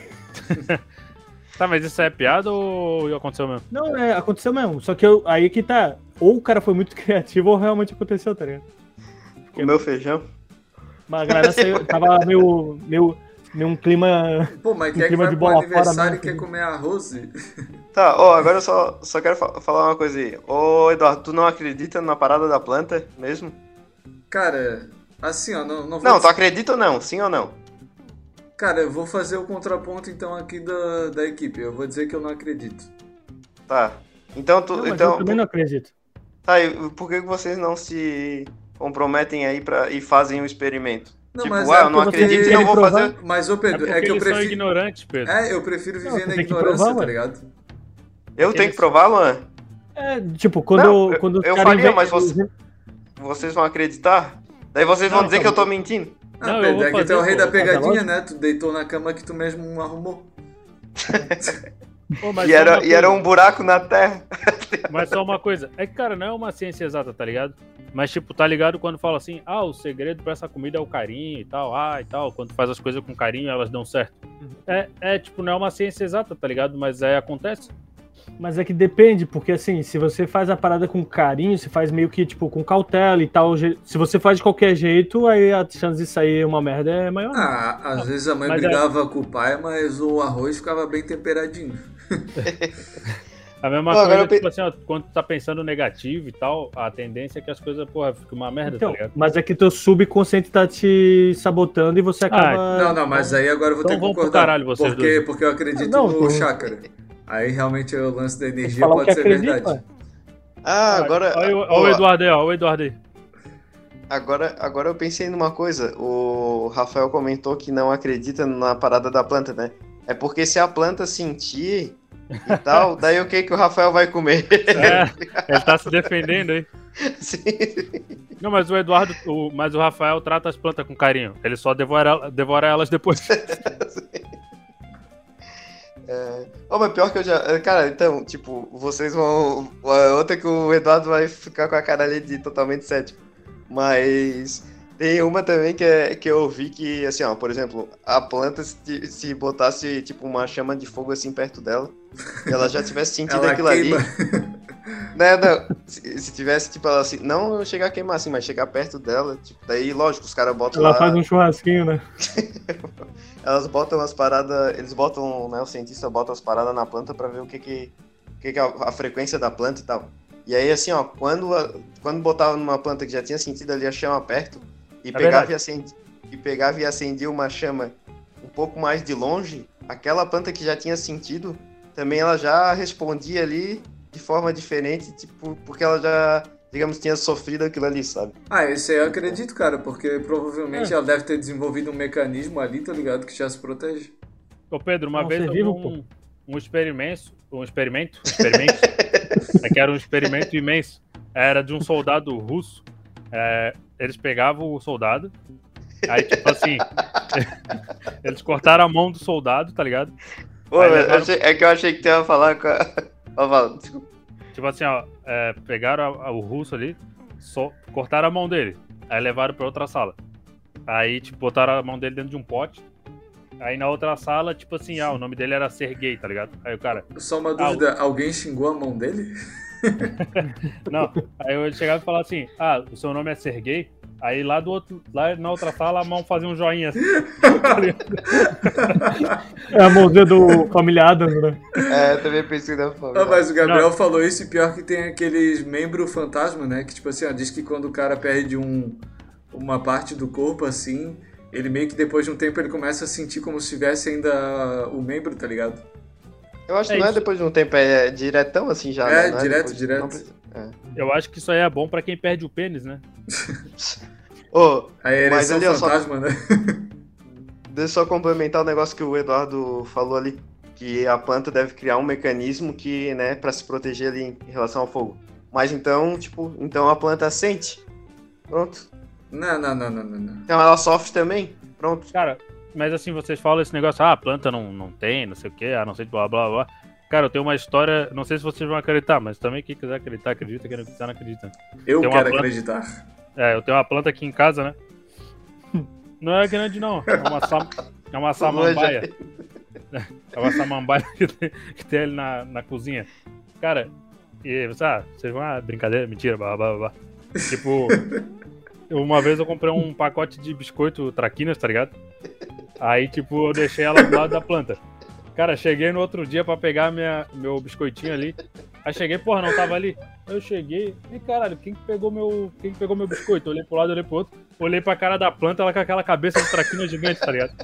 Tá, mas isso é piada ou aconteceu mesmo? Não, é, aconteceu mesmo. Só que eu, aí que tá. Ou o cara foi muito criativo ou realmente aconteceu, tá ligado? Comeu feijão? Mas a galera saiu, tava meio, meio, meio um clima. Pô, mas Um quem é que clima vai de pro bola fora aniversário e mesmo. quer comer arroz? Tá, ó, agora eu só, só quero fa- falar uma coisa aí. Ô, Eduardo, tu não acredita na parada da planta mesmo? Cara, assim, ó, não, não vou... Não, tu acredita ou não? Sim ou não? Cara, eu vou fazer o contraponto então aqui da, da equipe. Eu vou dizer que eu não acredito. Tá. Então, tu, Não, mas então eu também não acredito. tá, e por que que vocês não se comprometem aí pra, e fazem um experimento? Não, tipo, mas ah, é eu não porque acredito você e não tem vou que provar. fazer... Mas, ô É Pedro, porque é, que eu eles são prefiro... ignorantes, Pedro. É, eu prefiro Não, viver você na tem que ignorância, provar, tá ué. ligado? Eu tenho Eles- que provar, Luan? É, tipo, quando, Não, eu- quando os eu caras faria, inven- mas você- Vocês vão acreditar? Daí vocês vão Não, dizer tá que eu tô bom. mentindo. Ah, Não, eu Pedro, vou é que tu fazer, é o rei pô, da vou fazer pegadinha, lógico. né? Tu deitou na cama que tu mesmo arrumou. Pô, mas E só era, uma e era coisa- um buraco na terra. Mas só uma coisa, é que, cara, não é uma ciência exata, tá ligado? Mas, tipo, tá ligado quando fala assim, ah, o segredo pra essa comida é o carinho e tal, ah, e tal, quando tu faz as coisas com carinho, elas dão certo. É, é, tipo, não é uma ciência exata, tá ligado? Mas é, acontece. Mas é que depende, porque assim, se você faz a parada com carinho, você faz meio que, tipo, com cautela e tal. je- Se você faz de qualquer jeito, aí a chance de sair uma merda é maior. né? Ah, às vezes a mãe Mas é- brigava com o pai, mas o arroz ficava bem temperadinho. A mesma Não, agora coisa, eu pe- tipo assim, ó, quando tu tá pensando negativo e tal, a tendência é que as coisas, porra, fiquem uma merda, Então, tá ligado? mas é que teu subconsciente tá te sabotando e você acaba. Não, não, mas aí agora eu vou então ter que vão pro concordar. caralho, vocês porque, dois. porque eu acredito Não, no não. chácara. Aí realmente o lance da Tem que energia falar o pode que ser acredita, verdade. ué. Ah, agora... Olha, o- ó, olha o Eduardo aí, ó, olha o Eduardo aí. Agora, agora eu pensei numa coisa. O Rafael comentou que não acredita na parada da planta, né? É porque se a planta sentir e tal. Daí o que que o Rafael vai comer? É, ele tá se defendendo aí. Sim. Não, mas o Eduardo, o, mas o Rafael trata as plantas com carinho. Ele só devora, devora elas depois. É... Oh, mas pior que eu já... Cara, então, tipo, vocês vão... Outra que o Eduardo vai ficar com a cara ali de totalmente cético. Mas tem uma também que, é, que eu vi que, assim, ó, por exemplo, a planta, se, se botasse, tipo, uma chama de fogo, assim, perto dela, e ela já tivesse sentido Ela aquilo queima. ali... Não, não, se, se tivesse, tipo, ela assim... Não chegar a queimar, assim, mas chegar perto dela, tipo, daí, lógico, os caras botam Ela lá... faz um churrasquinho, né? Elas botam as paradas, eles botam, né, o cientista bota as paradas na planta pra ver o que que, o que, que é a, a frequência da planta e tal. E aí, assim, ó, quando, a, quando botava numa planta que já tinha sentido ali a chama perto, e, É pegava, e, acendi, e pegava e acendia uma chama um pouco mais de longe, aquela planta que já tinha sentido, também ela já respondia ali de forma diferente, tipo, porque ela já... digamos, tinha sofrido aquilo ali, sabe? Ah, esse aí eu acredito, cara, porque provavelmente É. ela deve ter desenvolvido um mecanismo ali, tá ligado? Que já se protege. Ô Pedro, uma Não, vez ser eu vi vivo, um, um experimento, um experimento, um experimento, é que era um experimento imenso, era de um soldado russo, é, eles pegavam o soldado, aí tipo assim, eles cortaram a mão do soldado, tá ligado? Pô, Aí eu levaram- achei- é que eu achei que tu ia falar com a... Ó, fala, desculpa. Tipo assim, ó, é, pegaram a- a- o russo ali, só, cortaram a mão dele, aí levaram pra outra sala. Aí, tipo, botaram a mão dele dentro de um pote. Aí na outra sala, tipo assim, ah, o nome dele era Sergei, tá ligado? Aí o cara, Só uma Ah, dúvida, alguém xingou a mão dele? não. Aí eu chegava e falava assim, ah, o seu nome é Sergei? Aí lá do outro, lá na outra sala, a mão fazia um joinha assim. É a mãozinha do família Adams, né? É, eu também pensei na Ah, família. mas o Gabriel Não. falou isso e pior que tem aqueles membros fantasma, né? Que tipo assim, ó, diz que quando o cara perde um, uma parte do corpo assim, ele meio que depois de um tempo ele começa a sentir como se tivesse ainda o membro, tá ligado? Eu acho que É não é isso. depois de um tempo, é diretão assim já. É, né? Não direto, depois- direto. não precisa- é. Eu acho que isso aí é bom pra quem perde o pênis, né? Ô, A mas ereção ali, ó, só, fantasma, né? deixa eu só complementar o negócio que o Eduardo falou ali. Que a planta deve criar um mecanismo que, né, pra se proteger ali em em relação ao fogo. Mas então, tipo, então a planta sente. Pronto. Não, não, não, não, não, não. Então ela sofre também. Pronto. Cara, mas assim, vocês falam esse negócio, ah, a planta não, não tem, não sei o que, ah, não sei, blá, blá, blá. Cara, eu tenho uma história, não sei se vocês vão acreditar, mas também quem quiser acreditar, acredita, quem não quiser, não acredita. Eu Tem uma quero planta- acreditar. É, eu tenho uma planta aqui em casa, né? Não é grande, não. É uma, sam... é uma samambaia. É uma samambaia que tem, que tem ali na, na cozinha. Cara, e você, ah, vocês vão, ah, brincadeira, mentira, blá, blá, blá. Tipo, uma vez eu comprei um pacote de biscoito traquinas, tá ligado? Aí, tipo, eu deixei ela do lado da planta. Cara, cheguei no outro dia pra pegar minha, meu biscoitinho ali. Aí cheguei, porra, não tava ali. Eu cheguei, e caralho, quem que pegou meu, quem que pegou meu biscoito? Eu olhei pro lado, olhei pro outro, olhei pra cara da planta, ela com aquela cabeça de traquina gigante, tá ligado?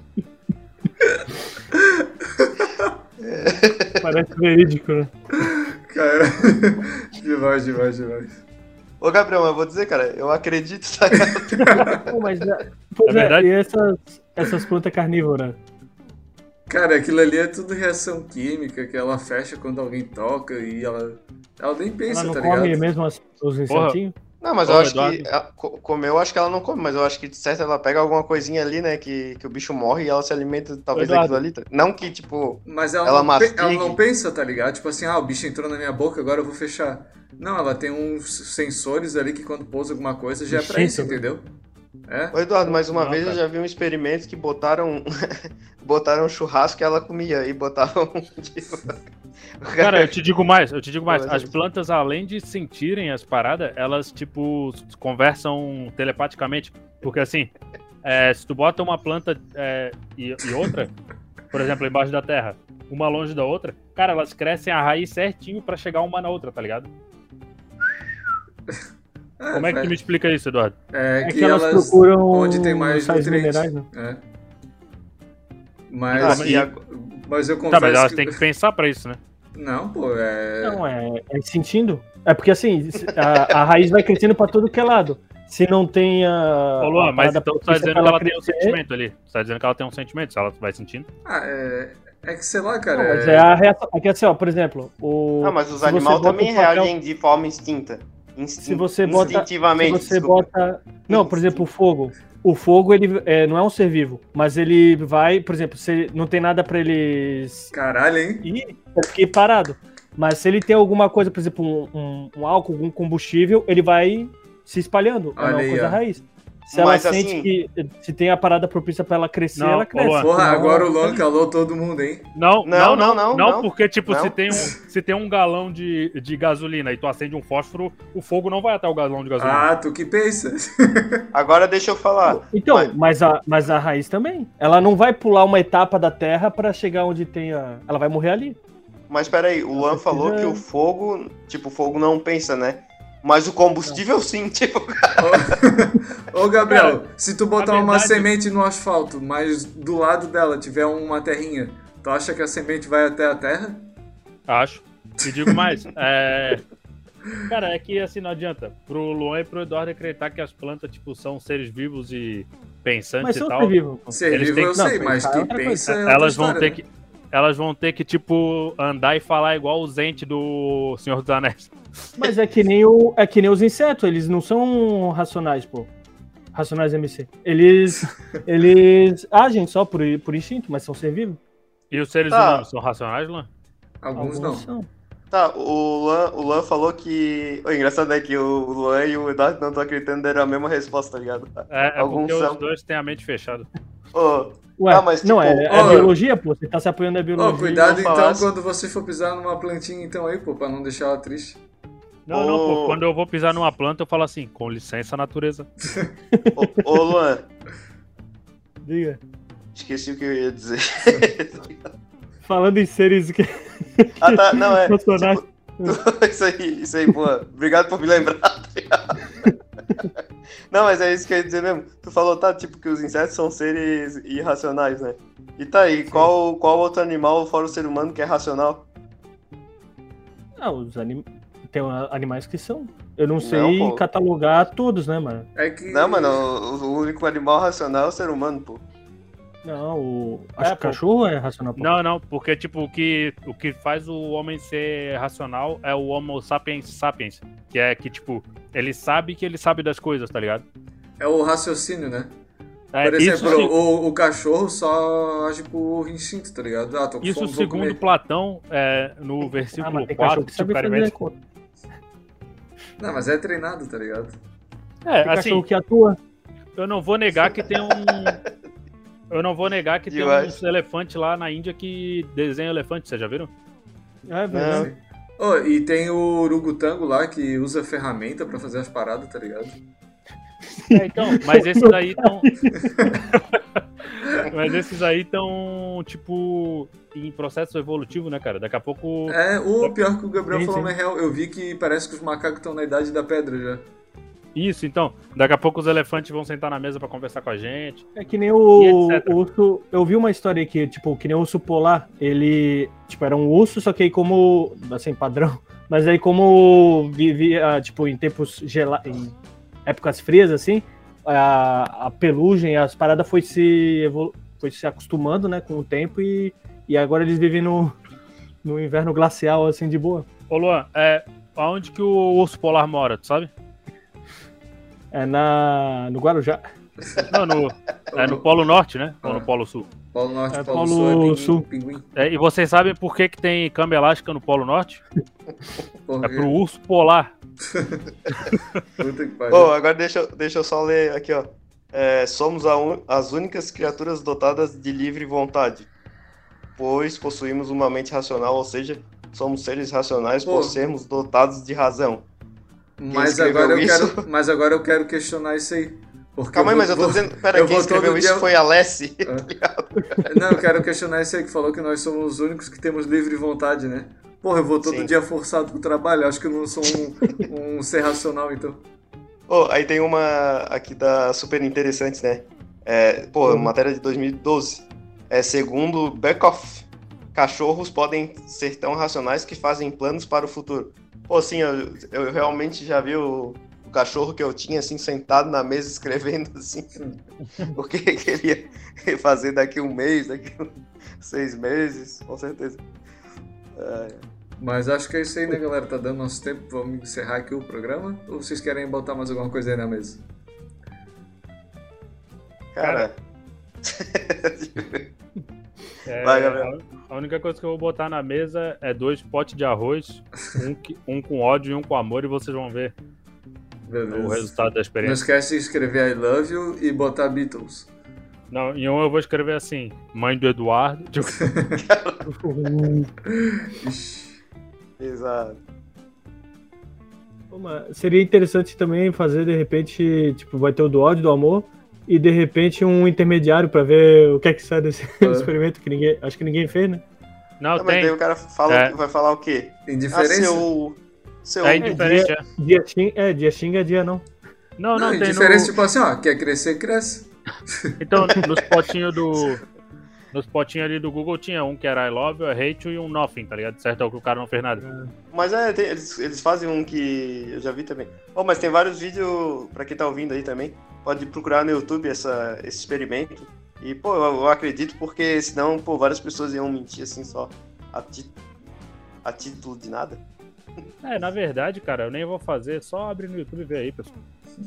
Parece verídico, né? Cara, demais, demais, demais. Ô, Gabriel, mas eu vou dizer, cara, eu acredito, tá? Pô, mas, é, pois É é, verdade? e essas, essas plantas carnívoras? Cara, aquilo ali é tudo reação química que ela fecha quando alguém toca e ela. Ela nem pensa, Ela não tá come ligado? mesmo as- os Porra. insetinhos? Não, mas Ô, eu acho Eduardo. que. ela co- Comer, eu acho que ela não come, mas eu acho que de certo ela pega alguma coisinha ali, né? Que, que o bicho morre e ela se alimenta talvez Eduardo. daquilo ali. tá? Não que, tipo. Mas ela, Ela não, pe- mastiga. ela não pensa, tá ligado? Tipo assim, ah, o bicho entrou na minha boca, agora eu vou fechar. Não, ela tem uns sensores ali que quando pousa alguma coisa já é pra isso, Instinto, né? entendeu? É? Ô, Eduardo, mais uma Não, vez cara. eu já vi um experimento que botaram. botaram um churrasco e ela comia. E botavam. tipo, o Cara, eu te digo mais, eu te digo mais. Mas As é- plantas, além de sentirem as paradas, elas, tipo, conversam telepaticamente. Porque assim, é, se tu bota uma planta é, e, e outra, por exemplo, embaixo da terra, uma longe da outra, cara, elas crescem a raiz certinho pra chegar uma na outra, tá ligado? É, Como é que tu me explica isso, Eduardo? É, É que, que elas, elas. procuram onde tem mais sais nutrientes. minerais, né? É. Mas, Ah, mas e a- mas eu Tá, confesso mas elas que... têm que pensar pra isso, né? Não, pô, é... Não, é, é sentindo. É porque assim, se- a, a raiz vai crescendo pra tudo que é lado. Se não tem a. Ô, Luan, a mas parada então tu tá propícia dizendo pra que ela tem um crescer, sentimento ali. Tu tá dizendo que ela tem um sentimento, se ela vai sentindo. Ah, é... É que, sei lá, cara. Não, mas é a reação. Aqui assim, ó, por exemplo, o. Ah, mas os se você animais bota também o papel- reagem de forma instinta. Instin... Se você bota. Se Instintivamente, você desculpa. bota. Não, por exemplo, o fogo. O fogo, ele é, não é um ser vivo, mas ele vai, por exemplo, se não tem nada pra eles Caralho, hein? ir, eu fiquei parado. Mas se ele tem alguma coisa, por exemplo, um, um, um álcool, algum combustível, ele vai se espalhando. É Olha uma aí, coisa ó. raiz. Se ela Mas, sente assim- que se tem a parada propícia pra ela crescer, Não, ela cresce. Luan. Porra, Senão agora ela o Luan fica ali. calou todo mundo, hein? Não, Não, não, não, não, não, não. porque, tipo, Não. se tem, um, se tem um galão de, de gasolina e tu acende um fósforo, o fogo não vai até o galão de gasolina. Ah, tu que pensa? Agora deixa eu falar. Então, Mas- mas a, mas a raiz também. Ela não vai pular uma etapa da terra pra chegar onde tem a. Ela vai morrer ali. Mas peraí, o Luan precisa- falou que o fogo, tipo, o fogo não pensa, né? Mas o combustível sim, tipo. Ô, ô, Gabriel, Cara, se tu botar a uma verdade- semente no asfalto, mas do lado dela tiver uma terrinha, tu acha que a semente vai até a terra? Acho. E digo mais, é... Cara, é que assim, não adianta. Pro Luan e pro Eduardo acreditar que as plantas, tipo, são seres vivos e pensantes Mas e são tal. ser vivo. pô. Ser Eles vivo têm eu que- sei, Não, mas pensar é quem outra pensa coisa. é outra Elas vão história, ter né? que... Elas vão ter que, tipo, andar e falar igual o Zente do Senhor dos Anéis. Mas é que nem o, é que nem os insetos, eles não são racionais, pô. Racionais M C. Eles eles agem só por, por instinto, mas são ser vivo. E os seres Tá. humanos são racionais, Luan? Alguns não. são. Tá, o Luan, o Luan falou que. O engraçado é que o Luan e o Eduardo não estão acreditando, deram a mesma resposta, tá ligado? É, é Alguns porque são. os dois têm a mente fechada. Ô, Ué, Ah, mas, não, tipo, é, é ó, biologia, pô. Você tá se apoiando na biologia. Ó, cuidado não então falasse. quando você for pisar numa plantinha então aí, pô, pra não deixar ela triste. Não, não, pô. Ô. Quando eu vou pisar numa planta, eu falo assim, com licença, natureza. ô, ô, Luan, Diga. esqueci o que eu ia dizer. Falando em seres que. Ah, tá, não, é. Racionais. Tipo, isso aí, isso aí, boa. Obrigado por me lembrar, tá ligado? Não, mas é isso que eu ia dizer mesmo. Tu falou, tá, tipo, que os insetos são seres irracionais, né? E tá aí, qual, qual outro animal fora o ser humano que é racional? Ah, os anim... tem ah, animais que são. Eu não sei pô. catalogar todos, né, mano? É que. Não, mano, o, o único animal racional é o ser humano, pô. Não, o. É, Acho que o pô. cachorro é racional. pô. Não, não, porque, tipo, o que, o que faz o homem ser racional é o Homo sapiens sapiens. Que é que, tipo, ele sabe que ele sabe das coisas, tá ligado? É o raciocínio, né? É, Por isso exemplo, sim. o, o cachorro só age por instinto, tá ligado? Ah, tô com Isso fome, vou segundo comer. Platão, é, no Ah, versículo mas tem quatro, cachorro que sabe Superior fazer Mente. conta. Não, mas é treinado, tá ligado? É, Tem assim, cachorro que atua. eu não vou negar que tem um... Eu não vou negar que tem Eu uns acho. elefantes lá na Índia que desenham elefante, vocês já viram? É verdade. Oh, e tem o urugutango lá que usa ferramenta pra fazer as paradas, tá ligado? É, então, mas esses aí estão. Mas esses aí estão, tipo, em processo evolutivo, né, cara? Daqui a pouco. É, o pior que o Gabriel Sim, falou, sim. mas é real. Eu vi que parece que os macacos estão na idade da pedra já. Isso, então. Daqui a pouco os elefantes vão sentar na mesa pra conversar com a gente. É que nem o, E etcétera. o urso. Eu vi uma história aqui, tipo, que nem o urso polar. Ele, tipo, era um urso, só que aí como. Assim, padrão. Mas aí como vivia, tipo, em tempos gelados. Em épocas frias, assim, a, a pelugem, as paradas foi se, evolu... foi se acostumando, né, com o tempo e, e agora eles vivem no, no inverno glacial, assim, de boa. Ô, Luan, é, aonde que o urso polar mora, tu sabe? É na, no Guarujá. Não, no, é no Polo Norte, né? Ou no Polo Sul? Polo Norte, É, Polo, Polo Sul, é pinguim, Sul. pinguim. É, e vocês sabem por que, que tem cama elástica no Polo Norte? Por É quê? pro urso polar. Puta que pariu. Ô, agora deixa, eu- deixa eu só ler aqui, ó. É, somos a un- as únicas criaturas dotadas de livre vontade, pois possuímos uma mente racional, ou seja, somos seres racionais Pô. por sermos dotados de razão. mas, escreveu agora eu isso? quero, mas agora eu quero questionar isso aí. Porque Calma aí, vou- mas eu tô vou- dizendo. Pera, eu quem vou escreveu todo isso dia- foi a Lessie. Não, eu quero questionar isso aí que falou que nós somos os únicos que temos livre vontade, né? Porra, eu vou todo Sim. dia forçado pro trabalho, acho que eu não sou um, um ser racional, então. Ô, aí tem uma aqui da super interessante, né? É, pô, Uhum. matéria de dois mil e doze. É, segundo Beckhoff, cachorros podem ser tão racionais que fazem planos para o futuro. Pô, sim, eu, eu realmente já vi o, o cachorro que eu tinha, assim, sentado na mesa escrevendo, assim, o que, que ele ia fazer daqui um mês, daqui seis meses, com certeza. É. Mas acho que é isso aí, né, galera? Tá dando nosso tempo, vamos encerrar aqui o programa? Ou vocês querem botar mais alguma coisa aí na mesa? Cara... É, Vai, Gabriel. A única coisa que eu vou botar na mesa é dois potes de arroz, um, que- um com ódio e um com amor, e vocês vão ver Beleza. o resultado da Não experiência. esquece de escrever I love you e botar Beatles. Não, em um eu vou escrever assim, mãe do Eduardo. Tipo, Exato. Pô, mas seria interessante também fazer, de repente, tipo, vai ter o do ódio, do amor, e de repente um intermediário pra ver o que é que sai desse experimento que ninguém, acho que ninguém fez, né? não, Não, mas tem. daí o cara fala, É. vai falar o quê? Ah, Indiferença? seu... seu... É indiferente, é. Dia xing, é, dia xinga, dia não. Não, não, Não, tem no... indiferença, tipo assim, ó, quer crescer, cresce. Então, nos potinhos do... Nos potinhos ali do Google tinha um que era I love you, I hate you e um nothing, tá ligado? Certo, é o que o cara não fez nada. Mas é, tem- eles, eles fazem um que eu já vi também. Oh, mas tem vários vídeos, pra quem tá ouvindo aí também, pode procurar no YouTube essa, esse experimento. E, pô, eu, eu acredito porque senão, pô, várias pessoas iam mentir assim só a, ti- a título de nada. É, na verdade, cara, eu nem vou fazer, só abre no YouTube e vê aí, pessoal.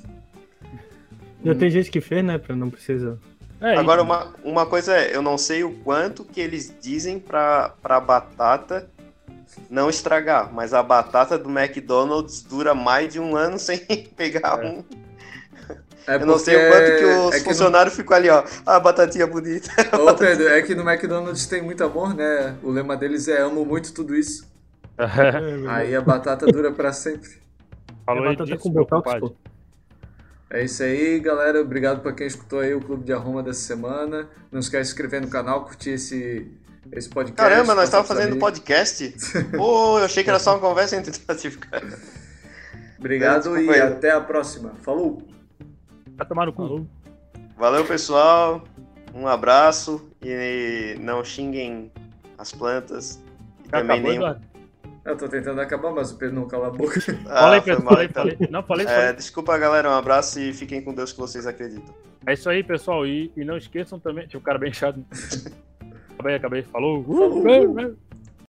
Já tem gente que fez, né? Pra não precisar. É, Agora, e- uma, uma coisa é, eu não sei o quanto que eles dizem pra, pra batata não estragar, mas a batata do McDonald's dura mais de um ano sem pegar É. um. É Eu não sei o quanto que os é que funcionários ficam ali, ó. Ah, batatinha bonita. no... Ô, Pedro, é que no McDonald's tem muito amor, né? O lema deles é amo muito tudo isso. Aí a batata dura pra sempre. Falou é aí batata disso, com meu botox, compadre. pô. É isso aí, galera. Obrigado pra quem escutou aí o Clube de Arruma dessa semana. Não esquece de se inscrever no canal, curtir esse, esse podcast. Caramba, nós passar estávamos pros fazendo amigos. podcast? Pô, eu achei que era só uma conversa entre nós, cara. Obrigado Desculpa e aí. até a próxima. Falou! Vai tomar no cu. Valeu, pessoal. Um abraço e não xinguem as plantas. E Já também acabou, nem... Eduardo? Eu tô tentando acabar, mas o Pedro não cala a boca. Ah, Falei, foi Pedro, mal, falei, então. falei. Não, falei, É, falei. desculpa, galera. Um abraço e fiquem com Deus que vocês acreditam. É isso aí, pessoal. E, e não esqueçam também. Tinha um cara bem chato. Acabei, acabei. Falou. Uh, uh, uh.